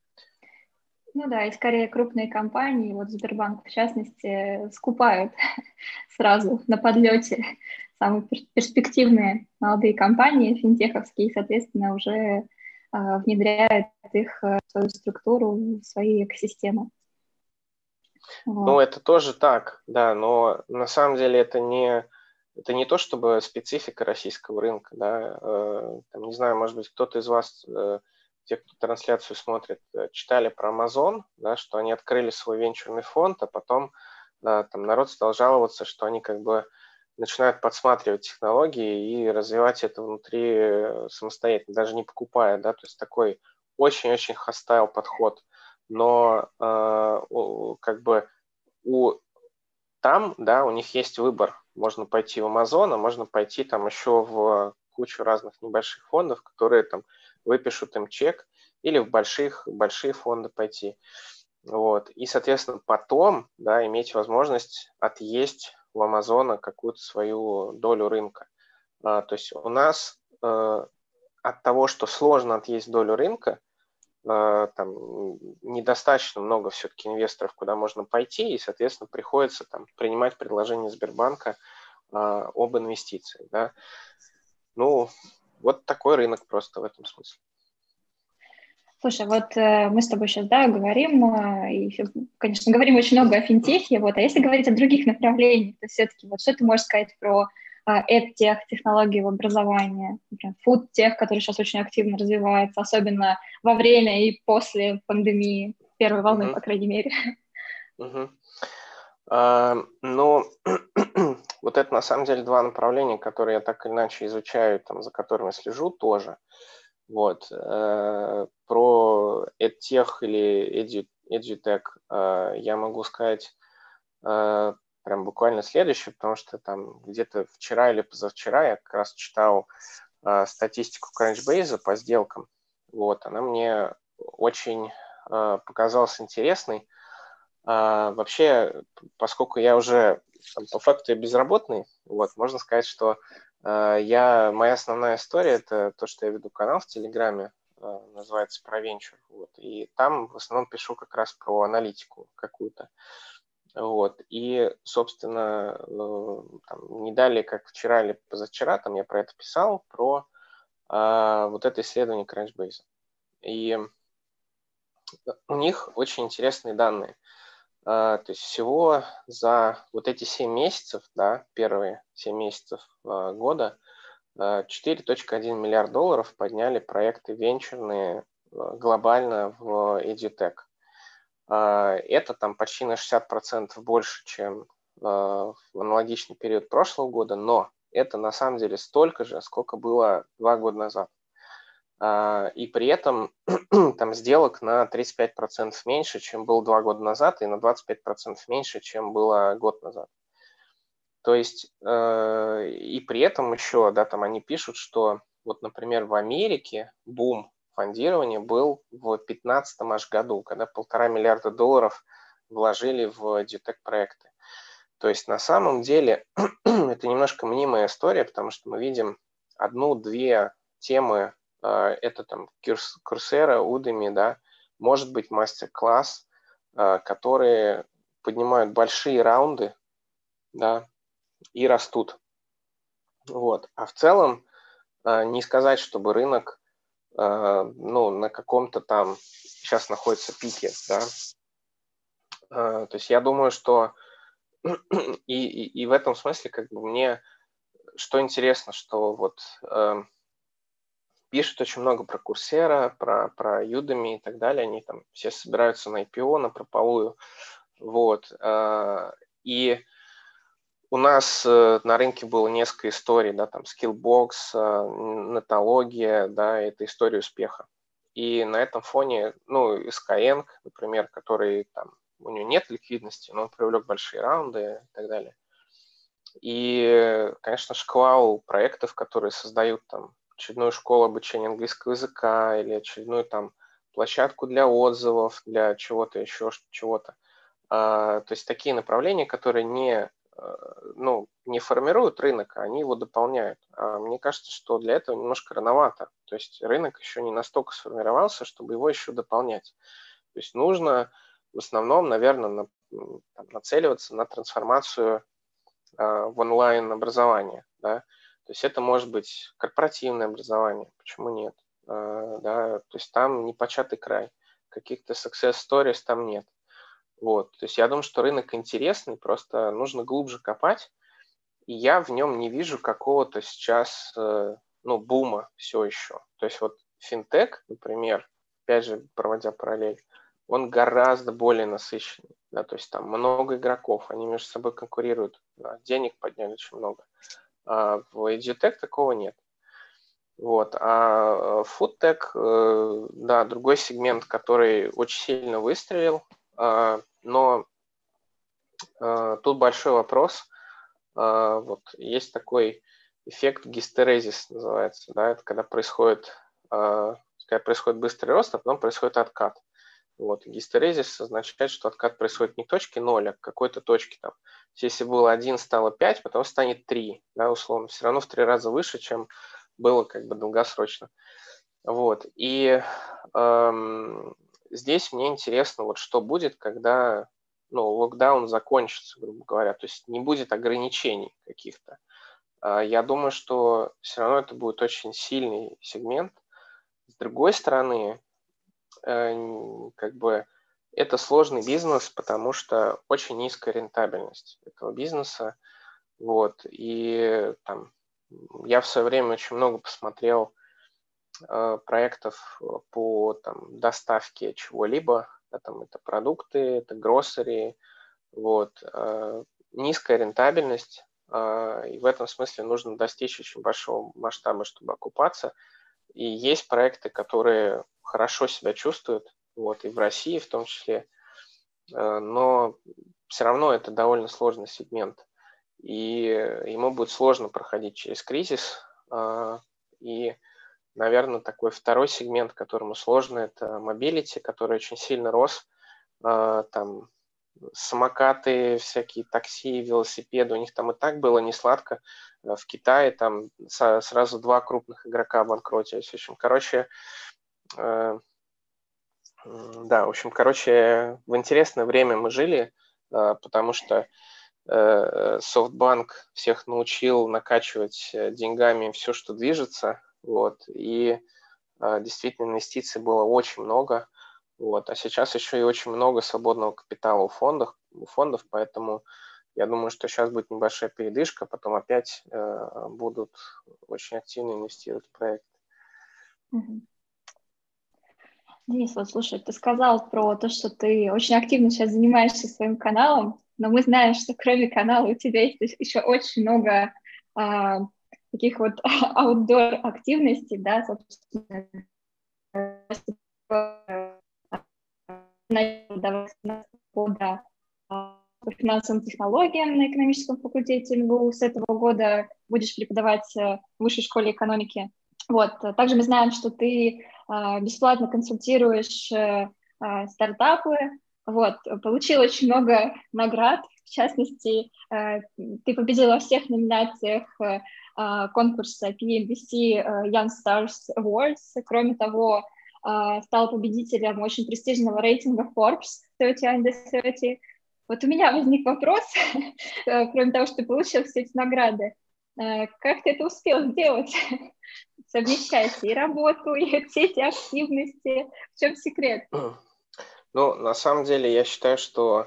Ну да, и скорее крупные компании, вот Сбербанк в частности, скупают сразу на подлете самые перспективные молодые компании финтеховские, и, соответственно, уже э, внедряют их в свою структуру, в свои экосистемы. Вот. Ну, это тоже так, да, но на самом деле это не, это не то, чтобы специфика российского рынка, да, э, там, не знаю, может быть, кто-то из вас, э, те, кто трансляцию смотрит, читали про Amazon, да, что они открыли свой венчурный фонд, а потом да, там народ стал жаловаться, что они как бы начинают подсматривать технологии и развивать это внутри самостоятельно, даже не покупая, да, то есть такой очень-очень хостайл подход. Но э, как бы у там, да, у них есть выбор. Можно пойти в Amazon, а можно пойти там еще в кучу разных небольших фондов, которые там выпишут им чек, или в больших, большие фонды пойти. Вот. И, соответственно, потом, да, иметь возможность отъесть у Амазона какую-то свою долю рынка. А, то есть у нас э, от того, что сложно отъесть долю рынка, там недостаточно много все-таки инвесторов, куда можно пойти, и, соответственно, приходится там принимать предложение Сбербанка об инвестициях, да. Ну, вот такой рынок просто в этом смысле. Слушай, вот э, мы с тобой сейчас, да, говорим, э, и, конечно, говорим очень много о финтехе, вот, а если говорить о других направлениях, то все-таки вот что ты можешь сказать про EdTech, технологии в образовании, например, FoodTech, который сейчас очень активно развивается, особенно во время и после пандемии, первой волны, Uh-huh. по крайней мере. Uh-huh. Uh, ну, вот это на самом деле два направления, которые я так или иначе изучаю, там, за которыми слежу тоже. Вот. Uh, про EdTech или Edu, EduTech uh, я могу сказать uh, прям буквально следующее, потому что там где-то вчера или позавчера я как раз читал uh, статистику Crunchbase по сделкам. Вот. Она мне очень uh, показалась интересной. Uh, вообще, поскольку я уже там, по факту я безработный, вот, можно сказать, что uh, я, моя основная история – это то, что я веду канал в Телеграме, uh, называется ProVenture, вот, и там в основном пишу как раз про аналитику какую-то. Вот, и, собственно, uh, там, не далее, как вчера или позавчера, там я про это писал, про uh, вот это исследование Crunchbase. И у них очень интересные данные. Uh, то есть всего за вот эти семь месяцев, да, первые семь месяцев uh, года, uh, четыре целых один миллиард долларов подняли проекты венчурные uh, глобально в EduTech. Uh, это там почти на шестьдесят процентов больше, чем uh, в аналогичный период прошлого года, но это на самом деле столько же, сколько было два года назад. Uh, и при этом там сделок на тридцать пять процентов меньше, чем было два года назад, и на двадцать пять процентов меньше, чем было год назад. То есть, uh, и при этом еще, да, там они пишут, что вот, например, в Америке бум фондирования был в пятнадцатом аж году, когда полтора миллиарда долларов вложили в EduTech проекты. То есть на самом деле это немножко мнимая история, потому что мы видим одну-две темы. Это там Coursera, Udemy, да, может быть мастер-класс, которые поднимают большие раунды, да, и растут. Вот. А в целом не сказать, чтобы рынок, ну, на каком-то там сейчас находится пике, да. То есть я думаю, что и, и, и в этом смысле как бы мне что интересно, что вот пишут очень много про Coursera, про, про Udemy и так далее. Они там все собираются на ай пи о, на прополую. Вот. И у нас на рынке было несколько историй, да, там Skillbox, Netologia, да, это история успеха. И на этом фоне, ну, Skyeng, например, который там, у него нет ликвидности, но он привлек большие раунды и так далее. И, конечно, шквал проектов, которые создают там очередную школу обучения английского языка или очередную там площадку для отзывов, для чего-то еще, чего-то. А, то есть такие направления, которые не, ну, не формируют рынок, а они его дополняют. А мне кажется, что для этого немножко рановато. То есть рынок еще не настолько сформировался, чтобы его еще дополнять. То есть нужно в основном, наверное, на, там, нацеливаться на трансформацию а, в онлайн-образование, да. То есть это может быть корпоративное образование, почему нет, uh, да, то есть там непочатый край, каких-то success stories там нет. Вот, то есть я думаю, что рынок интересный, просто нужно глубже копать, и я в нем не вижу какого-то сейчас, uh, ну, бума все еще. То есть вот финтех, например, опять же, проводя параллель, он гораздо более насыщенный, да, то есть там много игроков, они между собой конкурируют, да, денег подняли очень много. А в EduTech такого нет. Вот. А FoodTech, да, другой сегмент, который очень сильно выстрелил, но тут большой вопрос. Вот. Есть такой эффект гистерезис, называется, да, это когда происходит, когда происходит быстрый рост, а потом происходит откат. Вот. Гистерезис означает, что откат происходит не точки ноль, а какой-то точки там. Если было один, стало пять, потом станет три, да, условно. Все равно в три раза выше, чем было как бы долгосрочно. Вот. И эм, здесь мне интересно, вот что будет, когда ну, локдаун закончится, грубо говоря, то есть не будет ограничений каких-то. Я думаю, что все равно это будет очень сильный сегмент. С другой стороны, э, как бы это сложный бизнес, потому что очень низкая рентабельность этого бизнеса. Вот. И там я в свое время очень много посмотрел э, проектов по там, доставке чего-либо. Да, там, это продукты, это гроссери. Вот. Э, низкая рентабельность. Э, и в этом смысле нужно достичь очень большого масштаба, чтобы окупаться. И есть проекты, которые хорошо себя чувствуют, вот, и в России в том числе, но все равно это довольно сложный сегмент, и ему будет сложно проходить через кризис. И, наверное, такой второй сегмент, которому сложно, это мобилити, который очень сильно рос, там самокаты, всякие такси, велосипеды, у них там и так было не сладко. В Китае там сразу два крупных игрока обанкротились. В общем, короче, э, да, в общем, короче, в интересное время мы жили, э, потому что э, Софтбанк всех научил накачивать деньгами все, что движется, вот, и э, действительно инвестиций было очень много. Вот. А сейчас еще и очень много свободного капитала у фондов, у фондов, поэтому я думаю, что сейчас будет небольшая передышка, потом опять э, будут очень активно инвестировать в проект. Угу. Денис, вот слушай, ты сказал про то, что ты очень активно сейчас занимаешься своим каналом, но мы знаем, что кроме канала у тебя есть еще очень много а, таких вот аутдор активностей, да, собственно, года по финансовым технологиям на экономическом факультете эм гэ у. С этого года будешь преподавать в Высшей школе экономики. Вот. Также мы знаем, что ты бесплатно консультируешь стартапы. Вот. Получил очень много наград. В частности, ты победила во всех номинациях конкурса пи эм би си Young Stars Awards. Кроме того, стал победителем очень престижного рейтинга Forbes тридцать under тридцать. Вот у меня возник вопрос, кроме того, что ты получил все эти награды, как ты это успел сделать? Совмещать и работу, и все эти активности. В чем секрет? Ну, на самом деле, я считаю, что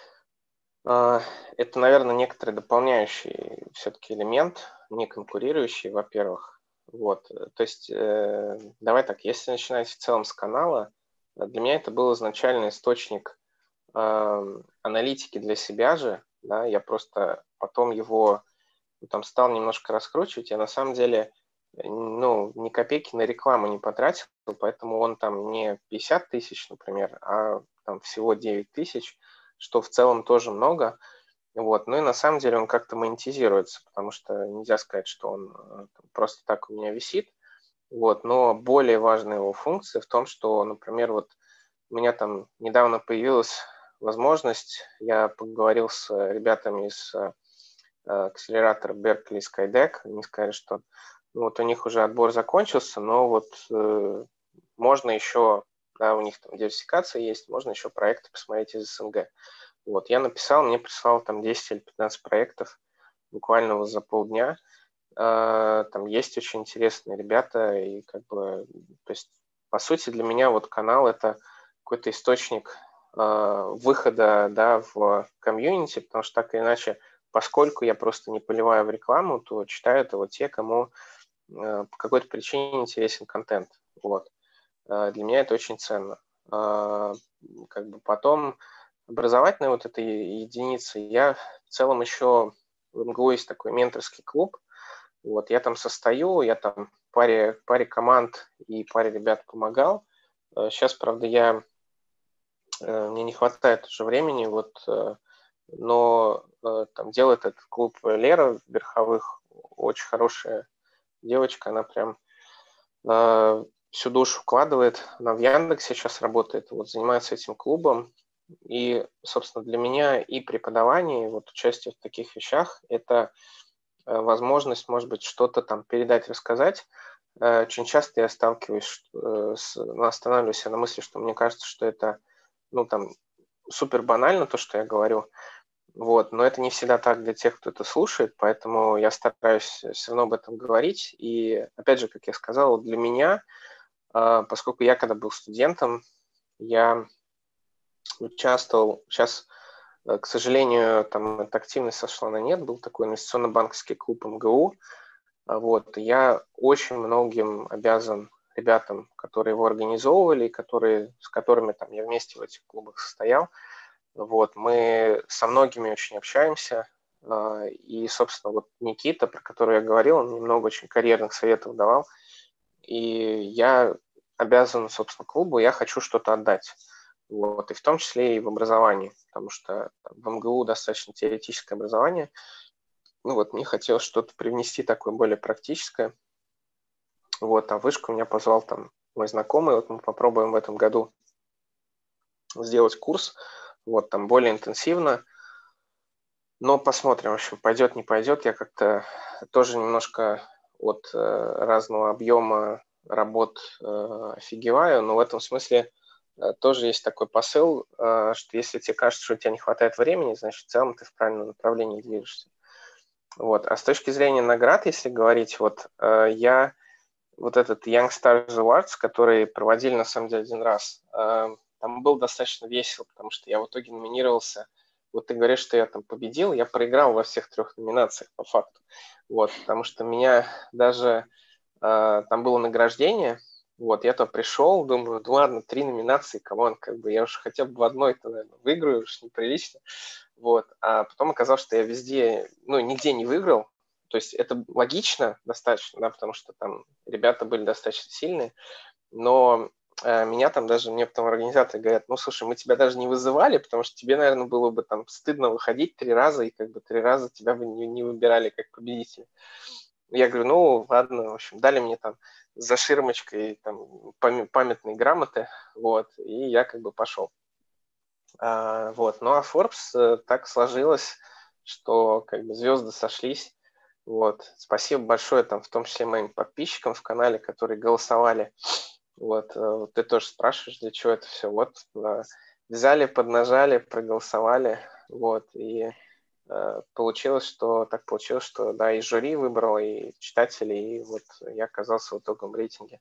э, это, наверное, некоторый дополняющий все-таки элемент, не конкурирующий, во-первых. Вот, то есть, э, давай так, если начинать в целом с канала, для меня это был изначально источник э, аналитики для себя же, да, я просто потом его ну, там стал немножко раскручивать, я на самом деле ну, ни копейки на рекламу не потратил, поэтому он там не пятьдесят тысяч, например, а там всего девять тысяч, что в целом тоже много. Вот. Ну и на самом деле он как-то монетизируется, потому что нельзя сказать, что он там, просто так у меня висит. Вот. Но более важная его функция в том, что, например, вот у меня там недавно появилась возможность, я поговорил с ребятами из акселератора Berkeley Skydeck, они сказали, что ну, вот у них уже отбор закончился, но вот э, можно еще, да, у них там диверсификация есть, можно еще проекты посмотреть из эс эн гэ. Вот, я написал, мне прислал там десять или пятнадцать проектов буквально вот за полдня. Э, там есть очень интересные ребята, и как бы, то есть, по сути, для меня вот канал – это какой-то источник э, выхода, да, в комьюнити, потому что так или иначе, поскольку я просто не поливаю в рекламу, то читают это вот те, кому по какой-то причине интересен контент. Вот. Для меня это очень ценно. Как бы потом образовательная вот эта единица, я в целом еще в эм гэ у есть такой менторский клуб, вот, я там состою, я там паре, паре команд и паре ребят помогал. Сейчас, правда, я, мне не хватает уже времени, вот, но там делает этот клуб Лера Верховых, очень хорошая девочка, она прям э, всю душу вкладывает. Она в Яндексе сейчас работает, вот занимается этим клубом. И, собственно, для меня и преподавание, и вот участие в таких вещах – это э, возможность, может быть, что-то там передать, рассказать. очень часто я сталкиваюсь, с, ну, останавливаюсь на мысли, что мне кажется, что это, ну, там, супер банально то, что я говорю, вот, но это не всегда так для тех, кто это слушает, поэтому я стараюсь все равно об этом говорить. И, опять же, как я сказал, для меня, поскольку я когда был студентом, я участвовал, сейчас, к сожалению, там эта активность сошла на нет, был такой инвестиционно-банковский клуб эм гэ у, вот, и я очень многим обязан ребятам, которые его организовывали, которые, с которыми там я вместе в этих клубах состоял. Вот, мы со многими очень общаемся, и, собственно, вот Никита, про которого я говорил, он мне много очень карьерных советов давал, и я обязан, собственно, клубу, я хочу что-то отдать. Вот, и в том числе и в образовании, потому что там, в эм гэ у достаточно теоретическое образование. Ну вот, мне хотелось что-то привнести такое более практическое. Вот, а вышку меня позвал там мой знакомый, вот мы попробуем в этом году сделать курс, вот, там более интенсивно, но посмотрим, в общем, пойдет, не пойдет. Я как-то тоже немножко от э, разного объема работ э, офигеваю, но в этом смысле э, тоже есть такой посыл, э, что если тебе кажется, что у тебя не хватает времени, значит, в целом ты в правильном направлении движешься. Вот. А с точки зрения наград, если говорить, вот э, я вот этот Young Stars Awards, который проводили на самом деле один раз, э, там был достаточно весело, потому что я в итоге номинировался. Вот ты говоришь, что я там победил, я проиграл во всех трех номинациях по факту. Вот, потому что меня даже э, там было награждение, вот, я то пришел, думаю, ну ладно, три номинации, камон, как бы я уж хотя бы в одной-то, наверное, выиграю, уж неприлично. Вот, а потом оказалось, что я везде, ну, нигде не выиграл. То есть это логично достаточно, да, потому что там ребята были достаточно сильные, но э, меня там даже, мне потом организаторы говорят, ну, слушай, мы тебя даже не вызывали, потому что тебе, наверное, было бы там стыдно выходить три раза, и как бы три раза тебя бы не, не выбирали как победителя. Я говорю, ну, ладно, в общем, дали мне там за ширмочкой там памятные грамоты, вот, и я как бы пошел. А, вот, ну, а Forbes так сложилось, что как бы звезды сошлись. Вот. Спасибо большое, там, в том числе моим подписчикам в канале, которые голосовали. Вот, вот ты тоже спрашиваешь, для чего это все. Вот, да, взяли, поднажали, проголосовали. Вот, и э, получилось, что так получилось, что да, и жюри выбрало, и читатели, и вот я оказался в итоговом рейтинге.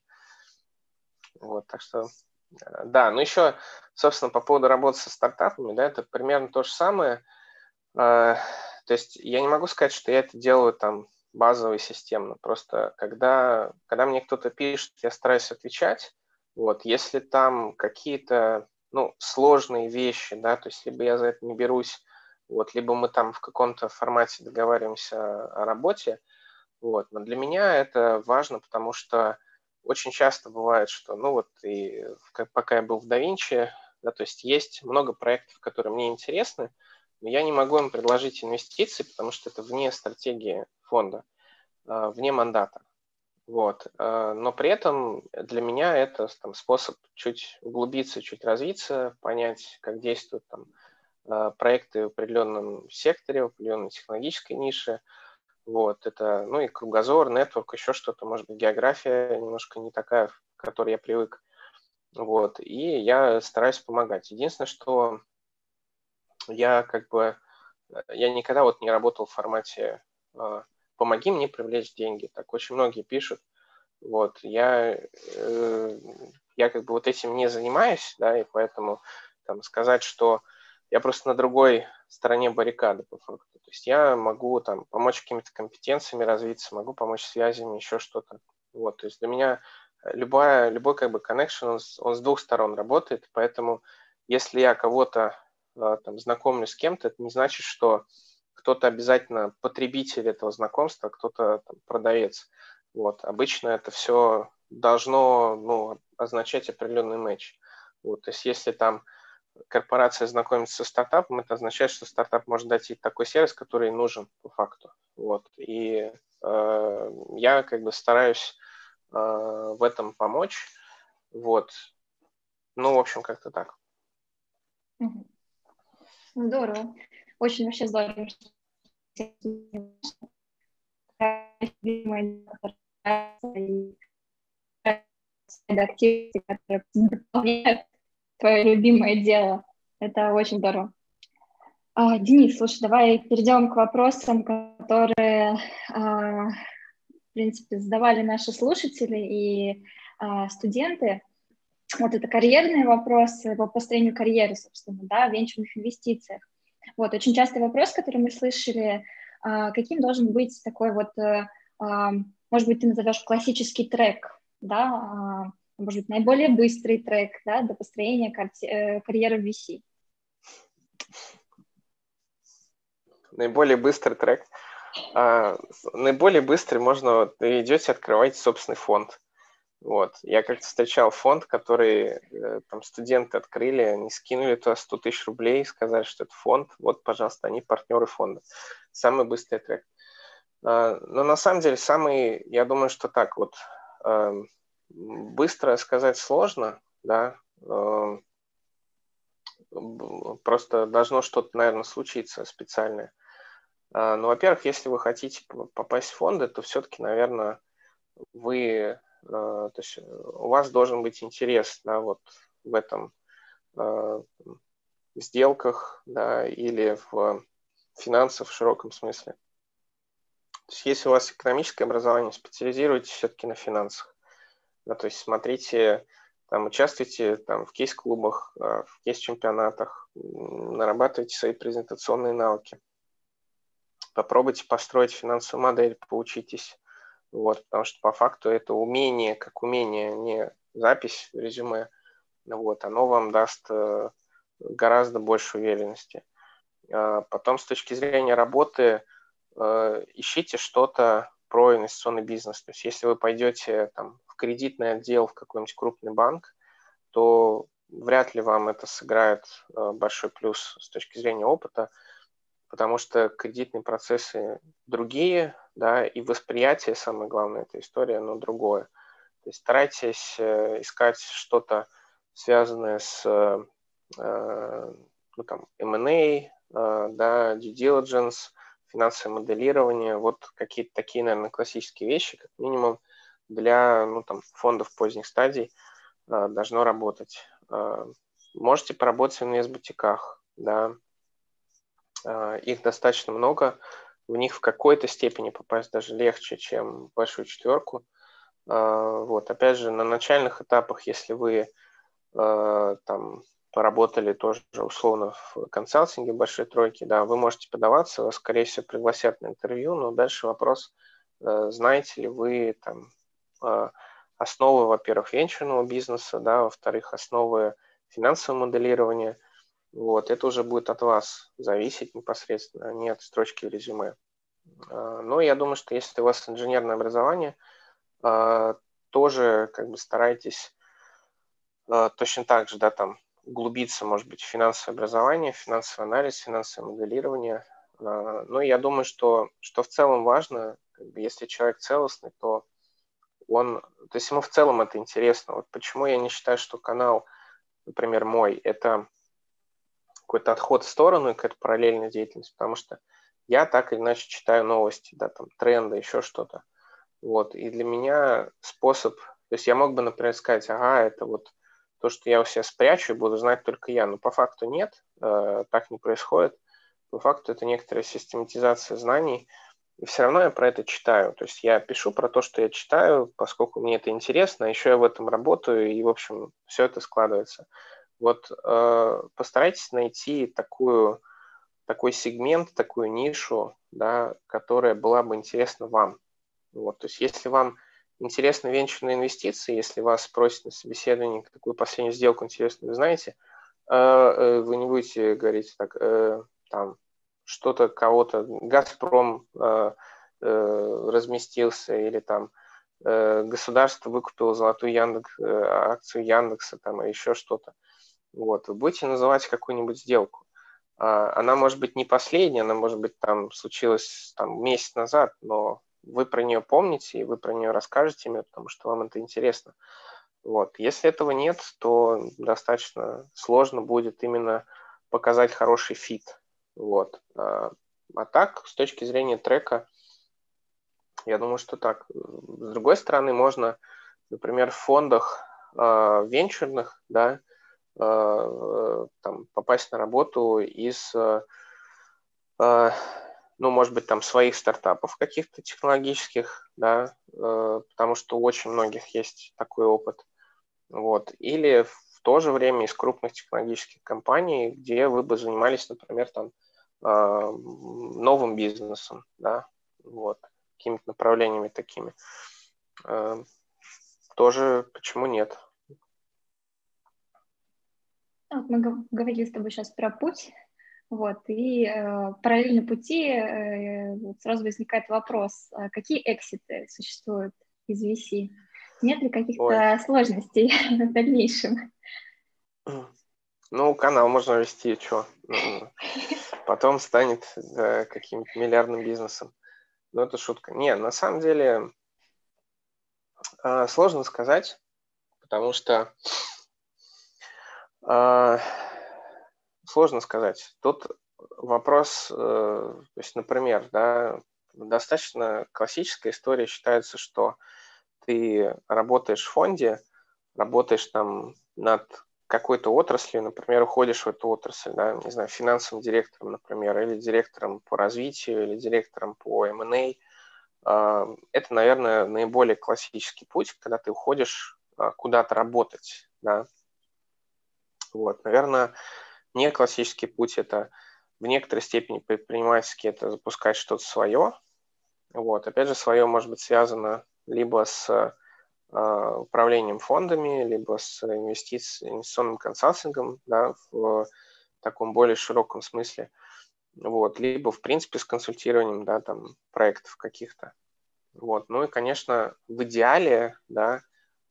Вот, так что, да, ну еще, собственно, по поводу работы со стартапами, да, это примерно то же самое. То есть я не могу сказать, что я это делаю там базово и системно. Просто когда, когда мне кто-то пишет, я стараюсь отвечать. Вот, если там какие-то, ну, сложные вещи, да, то есть либо я за это не берусь, вот, либо мы там в каком-то формате договариваемся о работе. Вот. Но для меня это важно, потому что очень часто бывает, что, ну вот, и как, пока я был в DaVinci, да, то есть есть много проектов, которые мне интересны, но я не могу им предложить инвестиции, потому что это вне стратегии фонда, вне мандата. Вот. Но при этом для меня это там, способ чуть углубиться, чуть развиться, понять, как действуют там, проекты в определенном секторе, в определенной технологической нише. Вот, это, ну и кругозор, нетворк, еще что-то, может быть, география немножко не такая, к которой я привык. Вот, и я стараюсь помогать. Единственное, что я как бы, я никогда вот не работал в формате «помоги мне привлечь деньги». Так очень многие пишут. Вот, я, я как бы вот этим не занимаюсь, да, и поэтому там сказать, что я просто на другой стороне баррикады по факту. То есть я могу там помочь какими-то компетенциями развиться, могу помочь связями, еще что-то. Вот, то есть для меня любая, любой как бы connection, он, он с двух сторон работает, поэтому если я кого-то там знакомлю с кем-то, это не значит, что кто-то обязательно потребитель этого знакомства, а кто-то там, продавец. Вот. Обычно это все должно, ну, означать определенный матч. Вот. То есть если там корпорация знакомится со стартапом, это означает, что стартап может дать ей такой сервис, который нужен по факту. Вот. И э, я как бы стараюсь э, в этом помочь. Вот. Ну, в общем, как-то так. Здорово. Очень вообще здорово, что и активности, которые дополняют твое любимое дело. Это очень здорово. А, Денис, слушай, давай перейдем к вопросам, которые, а, в принципе, задавали наши слушатели и а, студенты. Вот это карьерные вопросы по построению карьеры, собственно, да, в венчурных инвестициях. Вот, очень частый вопрос, который мы слышали, а, каким должен быть такой вот, а, может быть, ты назовешь классический трек, да, а, может быть, наиболее быстрый трек, да, для построения карти- карьеры в ви си. Наиболее быстрый трек. А, наиболее быстрый можно, вы идете, открываете собственный фонд. Вот. Я как-то встречал фонд, который там студенты открыли, они скинули туда сто тысяч рублей, сказали, что это фонд, вот, пожалуйста, они партнеры фонда. Самый быстрый трек. А, но на самом деле самый, я думаю, что так вот, быстро сказать сложно, да, просто должно что-то, наверное, случиться специальное. Ну, во-первых, если вы хотите попасть в фонды, то все-таки, наверное, вы, то есть у вас должен быть интерес, да, вот в этом в сделках, да, или в финансах в широком смысле. То есть если у вас экономическое образование, специализируйтесь все-таки на финансах. Да, то есть смотрите, там, участвуйте там, в кейс-клубах, в кейс-чемпионатах, нарабатывайте свои презентационные навыки. Попробуйте построить финансовую модель, поучитесь. Вот, потому что по факту это умение, как умение, не запись в резюме, вот, оно вам даст гораздо больше уверенности. Потом с точки зрения работы ищите что-то про инвестиционный бизнес. То есть если вы пойдете там, в кредитный отдел в какой-нибудь крупный банк, то вряд ли вам это сыграет большой плюс с точки зрения опыта, потому что кредитные процессы другие, да, и восприятие, самое главное, эта история, но другое. То есть старайтесь искать что-то, связанное с ну, там, эм энд эй, да, due diligence, финансовое моделирование, вот какие-то такие, наверное, классические вещи, как минимум для ну, там, фондов поздних стадий должно работать. Можете поработать в инвестбутиках, да, их достаточно много, в них в какой-то степени попасть даже легче, чем в большую четверку. Вот, опять же, на начальных этапах, если вы там поработали тоже условно в консалтинге большой тройки, да, вы можете подаваться, вас, скорее всего, пригласят на интервью, но дальше вопрос, знаете ли вы там основы, во-первых, венчурного бизнеса, да, во-вторых, основы финансового моделирования. Вот, это уже будет от вас зависеть непосредственно, а не от строчки в резюме. Но я думаю, что если у вас инженерное образование, тоже как бы старайтесь точно так же, да, там углубиться, может быть, в финансовое образование, финансовый анализ, финансовое моделирование. Но я думаю, что, что в целом важно, как бы, если человек целостный, то он, то есть ему в целом это интересно. Вот почему я не считаю, что канал, например, мой, это какой-то отход в сторону и какая-то параллельная деятельность, потому что я так или иначе читаю новости, да, там, тренды, еще что-то. Вот, и для меня способ, то есть я мог бы, например, сказать, ага, это вот то, что я у себя спрячу и буду знать только я, но по факту нет, э, так не происходит. По факту это некоторая систематизация знаний, и все равно я про это читаю. То есть я пишу про то, что я читаю, поскольку мне это интересно, еще я в этом работаю, и, в общем, все это складывается. Вот э, постарайтесь найти такую, такой сегмент, такую нишу, да, которая была бы интересна вам. Вот, то есть если вам интересны венчурные инвестиции, если вас спросят на собеседовании, какую последнюю сделку интересную вы знаете, вы не будете говорить так, там, что-то кого-то, Газпром разместился, или там государство выкупило золотую Яндекс, акцию Яндекса, там, и еще что-то. Вот, вы будете называть какую-нибудь сделку. Она может быть не последняя, она может быть там случилась там, месяц назад, но вы про нее помните, и вы про нее расскажете мне, потому что вам это интересно. Вот. Если этого нет, то достаточно сложно будет именно показать хороший фит. Вот. А, а так, с точки зрения трека, я думаю, что так. С другой стороны, можно например, в фондах э, венчурных, да, э, там, попасть на работу из, э, ну, может быть, там своих стартапов каких-то технологических, да, э, потому что у очень многих есть такой опыт. Вот. Или в то же время из крупных технологических компаний, где вы бы занимались, например, там, новым бизнесом, да, вот, какими-то направлениями такими. Тоже почему нет? Вот мы говорили с тобой сейчас про путь, вот, и э, параллельно пути э, сразу возникает вопрос, а какие экситы существуют из ви си? Нет ли каких-то Ой. сложностей в дальнейшем? Ну, канал можно вести, что? Потом станет да, каким-то миллиардным бизнесом. Но это шутка. Не, на самом деле э, сложно сказать, потому что э, сложно сказать. Тут вопрос, э, то есть, например, да, достаточно классическая история считается, что ты работаешь в фонде, работаешь там над какой-то отраслью, например, уходишь в эту отрасль, да, не знаю, финансовым директором, например, или директором по развитию, или директором по эм энд эй. Это, наверное, наиболее классический путь, когда ты уходишь куда-то работать, да. Вот, наверное, не классический путь – это в некоторой степени предпринимательский, это запускать что-то свое. Вот, опять же, свое может быть связано либо с управлением фондами, либо с инвестици... инвестиционным консалтингом, да, в таком более широком смысле, вот, либо, в принципе, с консультированием, да, там, проектов каких-то. Вот. Ну и, конечно, в идеале, да,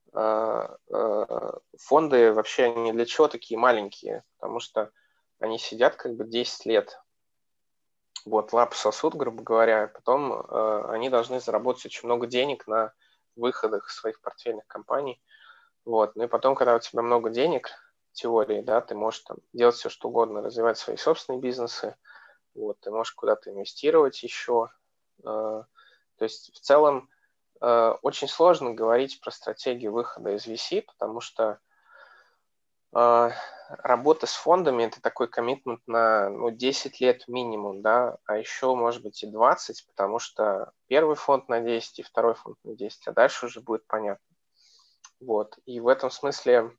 фонды вообще не для чего такие маленькие, потому что они сидят как бы десять лет, вот, лапу сосут, грубо говоря, потом э, они должны заработать очень много денег на выходах своих портфельных компаний. Вот. Ну и потом, когда у тебя много денег, в теории, да, ты можешь там делать все, что угодно, развивать свои собственные бизнесы, вот, ты можешь куда-то инвестировать еще. Э, то есть в целом э, очень сложно говорить про стратегию выхода из ви си, потому что работа с фондами – это такой коммитмент на ну, десять лет минимум, да, а еще, может быть, и двадцать, потому что первый фонд на десять и второй фонд на десять, а дальше уже будет понятно. Вот, и в этом смысле,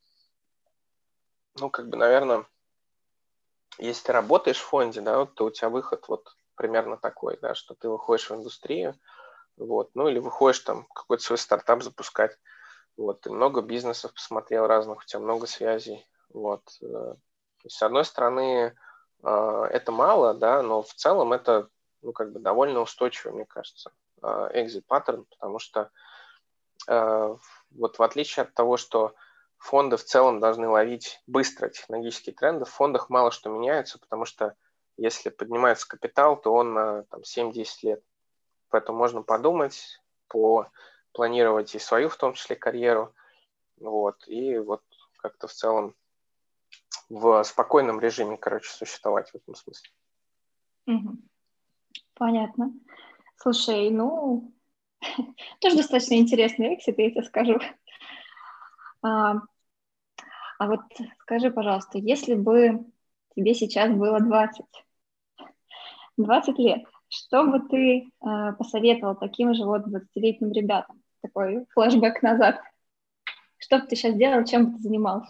ну, как бы, наверное, если ты работаешь в фонде, да, вот, то у тебя выход вот примерно такой, да, что ты выходишь в индустрию, вот, ну, или выходишь там какой-то свой стартап запускать, вот, ты много бизнесов посмотрел разных, у тебя много связей. Вот. То есть, с одной стороны, это мало, да, но в целом это ну, как бы довольно устойчивый, мне кажется, exit pattern, потому что вот в отличие от того, что фонды в целом должны ловить быстро технологические тренды, в фондах мало что меняется, потому что если поднимается капитал, то он на там, семь-десять лет. Поэтому можно подумать, попланировать и свою, в том числе, карьеру, вот, и вот как-то в целом в спокойном режиме, короче, существовать в этом смысле. Угу. Понятно. Слушай, ну, тоже достаточно интересный эксит, я тебе скажу. А, а вот скажи, пожалуйста, если бы тебе сейчас было двадцать, двадцать лет, что бы ты э, посоветовал таким же вот двадцатилетним ребятам? Такой флешбэк назад. Что бы ты сейчас делал, чем бы ты занимался?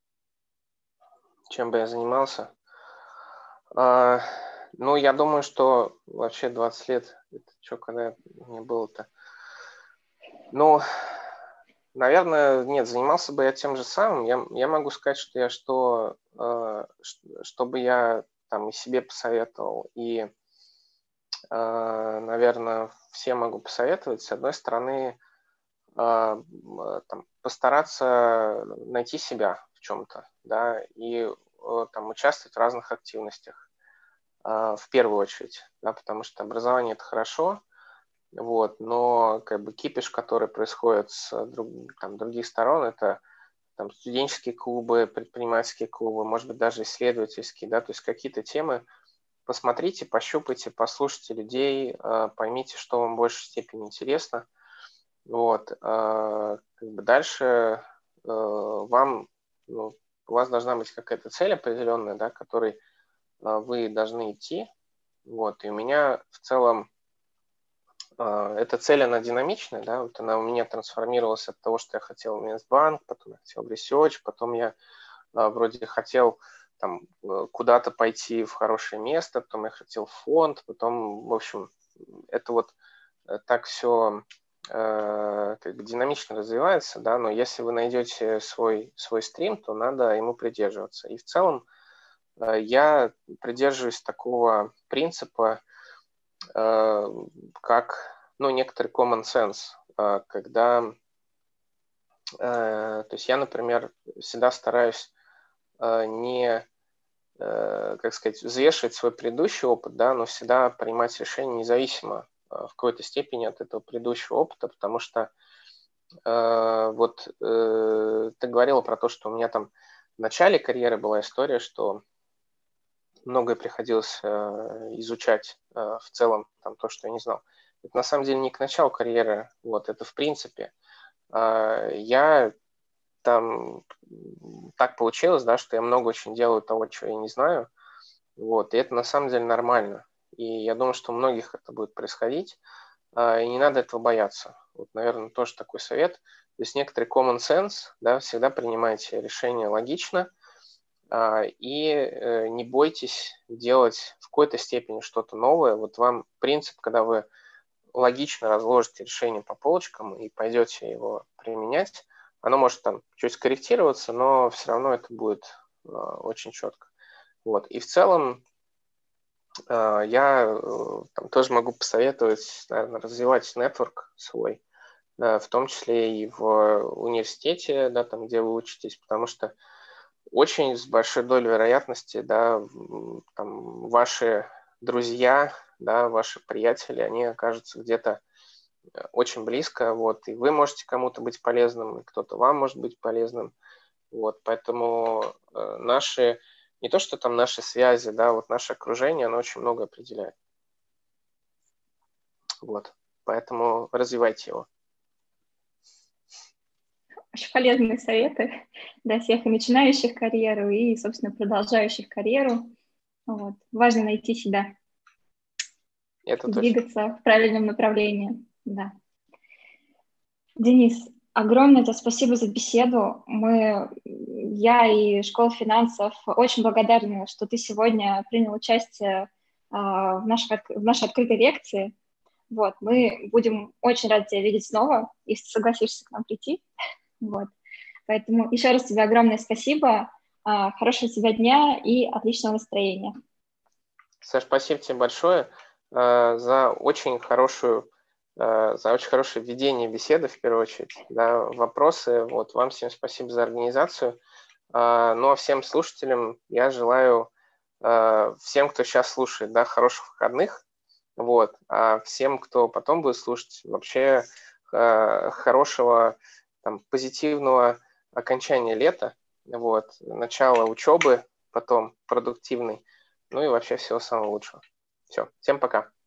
Чем бы я занимался? А, ну, я думаю, что вообще двадцать лет, это что, когда мне было-то? Ну, наверное, нет, занимался бы я тем же самым. Я, я могу сказать, что я что, э, чтобы я там и себе посоветовал, и, э, наверное, всем могу посоветовать. С одной стороны, э, там, постараться найти себя в чем-то, да, и э, там участвовать в разных активностях э, в первую очередь, да, потому что образование это хорошо, вот, но как бы кипиш, который происходит с друг, там, других сторон, это там, студенческие клубы, предпринимательские клубы, может быть, даже исследовательские, да, то есть какие-то темы посмотрите, пощупайте, послушайте людей, поймите, что вам в большей степени интересно, Вот. Как бы дальше вам, ну, у вас должна быть какая-то цель определенная, да, к которой вы должны идти. Вот. И у меня в целом эта цель, она динамичная, да, вот она у меня трансформировалась от того, что я хотел в Инвестбанк, потом я хотел в Research, потом я вроде хотел там куда-то пойти в хорошее место, потом я хотел в фонд, потом, в общем, это вот так все э, как бы динамично развивается, да, но если вы найдете свой, свой стрим, то надо ему придерживаться. И в целом э, я придерживаюсь такого принципа, э, как, ну, некоторый common sense, э, когда, э, то есть я, например, всегда стараюсь э, не как сказать, взвешивать свой предыдущий опыт, да, но всегда принимать решения независимо в какой-то степени от этого предыдущего опыта, потому что э, вот э, ты говорила про то, что у меня там в начале карьеры была история, что многое приходилось э, изучать э, в целом, там, то, что я не знал. Это на самом деле не к началу карьеры, вот, это в принципе. Э, я там так получилось, да, что я много очень делаю того, чего я не знаю, вот, и это на самом деле нормально. И я думаю, что у многих это будет происходить, и не надо этого бояться. Вот, наверное, тоже такой совет. То есть некоторый common sense, да, всегда принимайте решение логично, и не бойтесь делать в какой-то степени что-то новое. Вот вам принцип, когда вы логично разложите решение по полочкам и пойдете его применять, оно может там чуть скорректироваться, но все равно это будет очень четко. Вот. И в целом я там тоже могу посоветовать, наверное, развивать нетворк свой, да, в том числе и в университете, да, там, где вы учитесь, потому что очень с большой долей вероятности, да, там, ваши друзья, да, ваши приятели, они окажутся где-то очень близко, вот, и вы можете кому-то быть полезным, и кто-то вам может быть полезным, вот, поэтому наши не то, что там наши связи, да, вот наше окружение, оно очень много определяет. Вот. Поэтому развивайте его. Очень полезные советы для всех и начинающих карьеру, и, собственно, продолжающих карьеру. Вот. Важно найти себя. Это и точно. Двигаться в правильном направлении. Да. Денис, огромное тебе спасибо за беседу. Мы, я и Школа финансов очень благодарны, что ты сегодня принял участие в нашей, в нашей открытой лекции. Вот, мы будем очень рады тебя видеть снова, если согласишься к нам прийти. Вот. Поэтому еще раз тебе огромное спасибо. Хорошего тебе дня и отличного настроения. Саш, спасибо тебе большое за очень хорошую за очень хорошее ведение беседы, в первую очередь, да, вопросы. Вот, вам всем спасибо за организацию. Ну, а всем слушателям я желаю, всем, кто сейчас слушает, да, хороших выходных. Вот, а всем, кто потом будет слушать, вообще хорошего, там, позитивного окончания лета, вот, начала учебы, потом продуктивной, ну и вообще всего самого лучшего. Все, всем пока.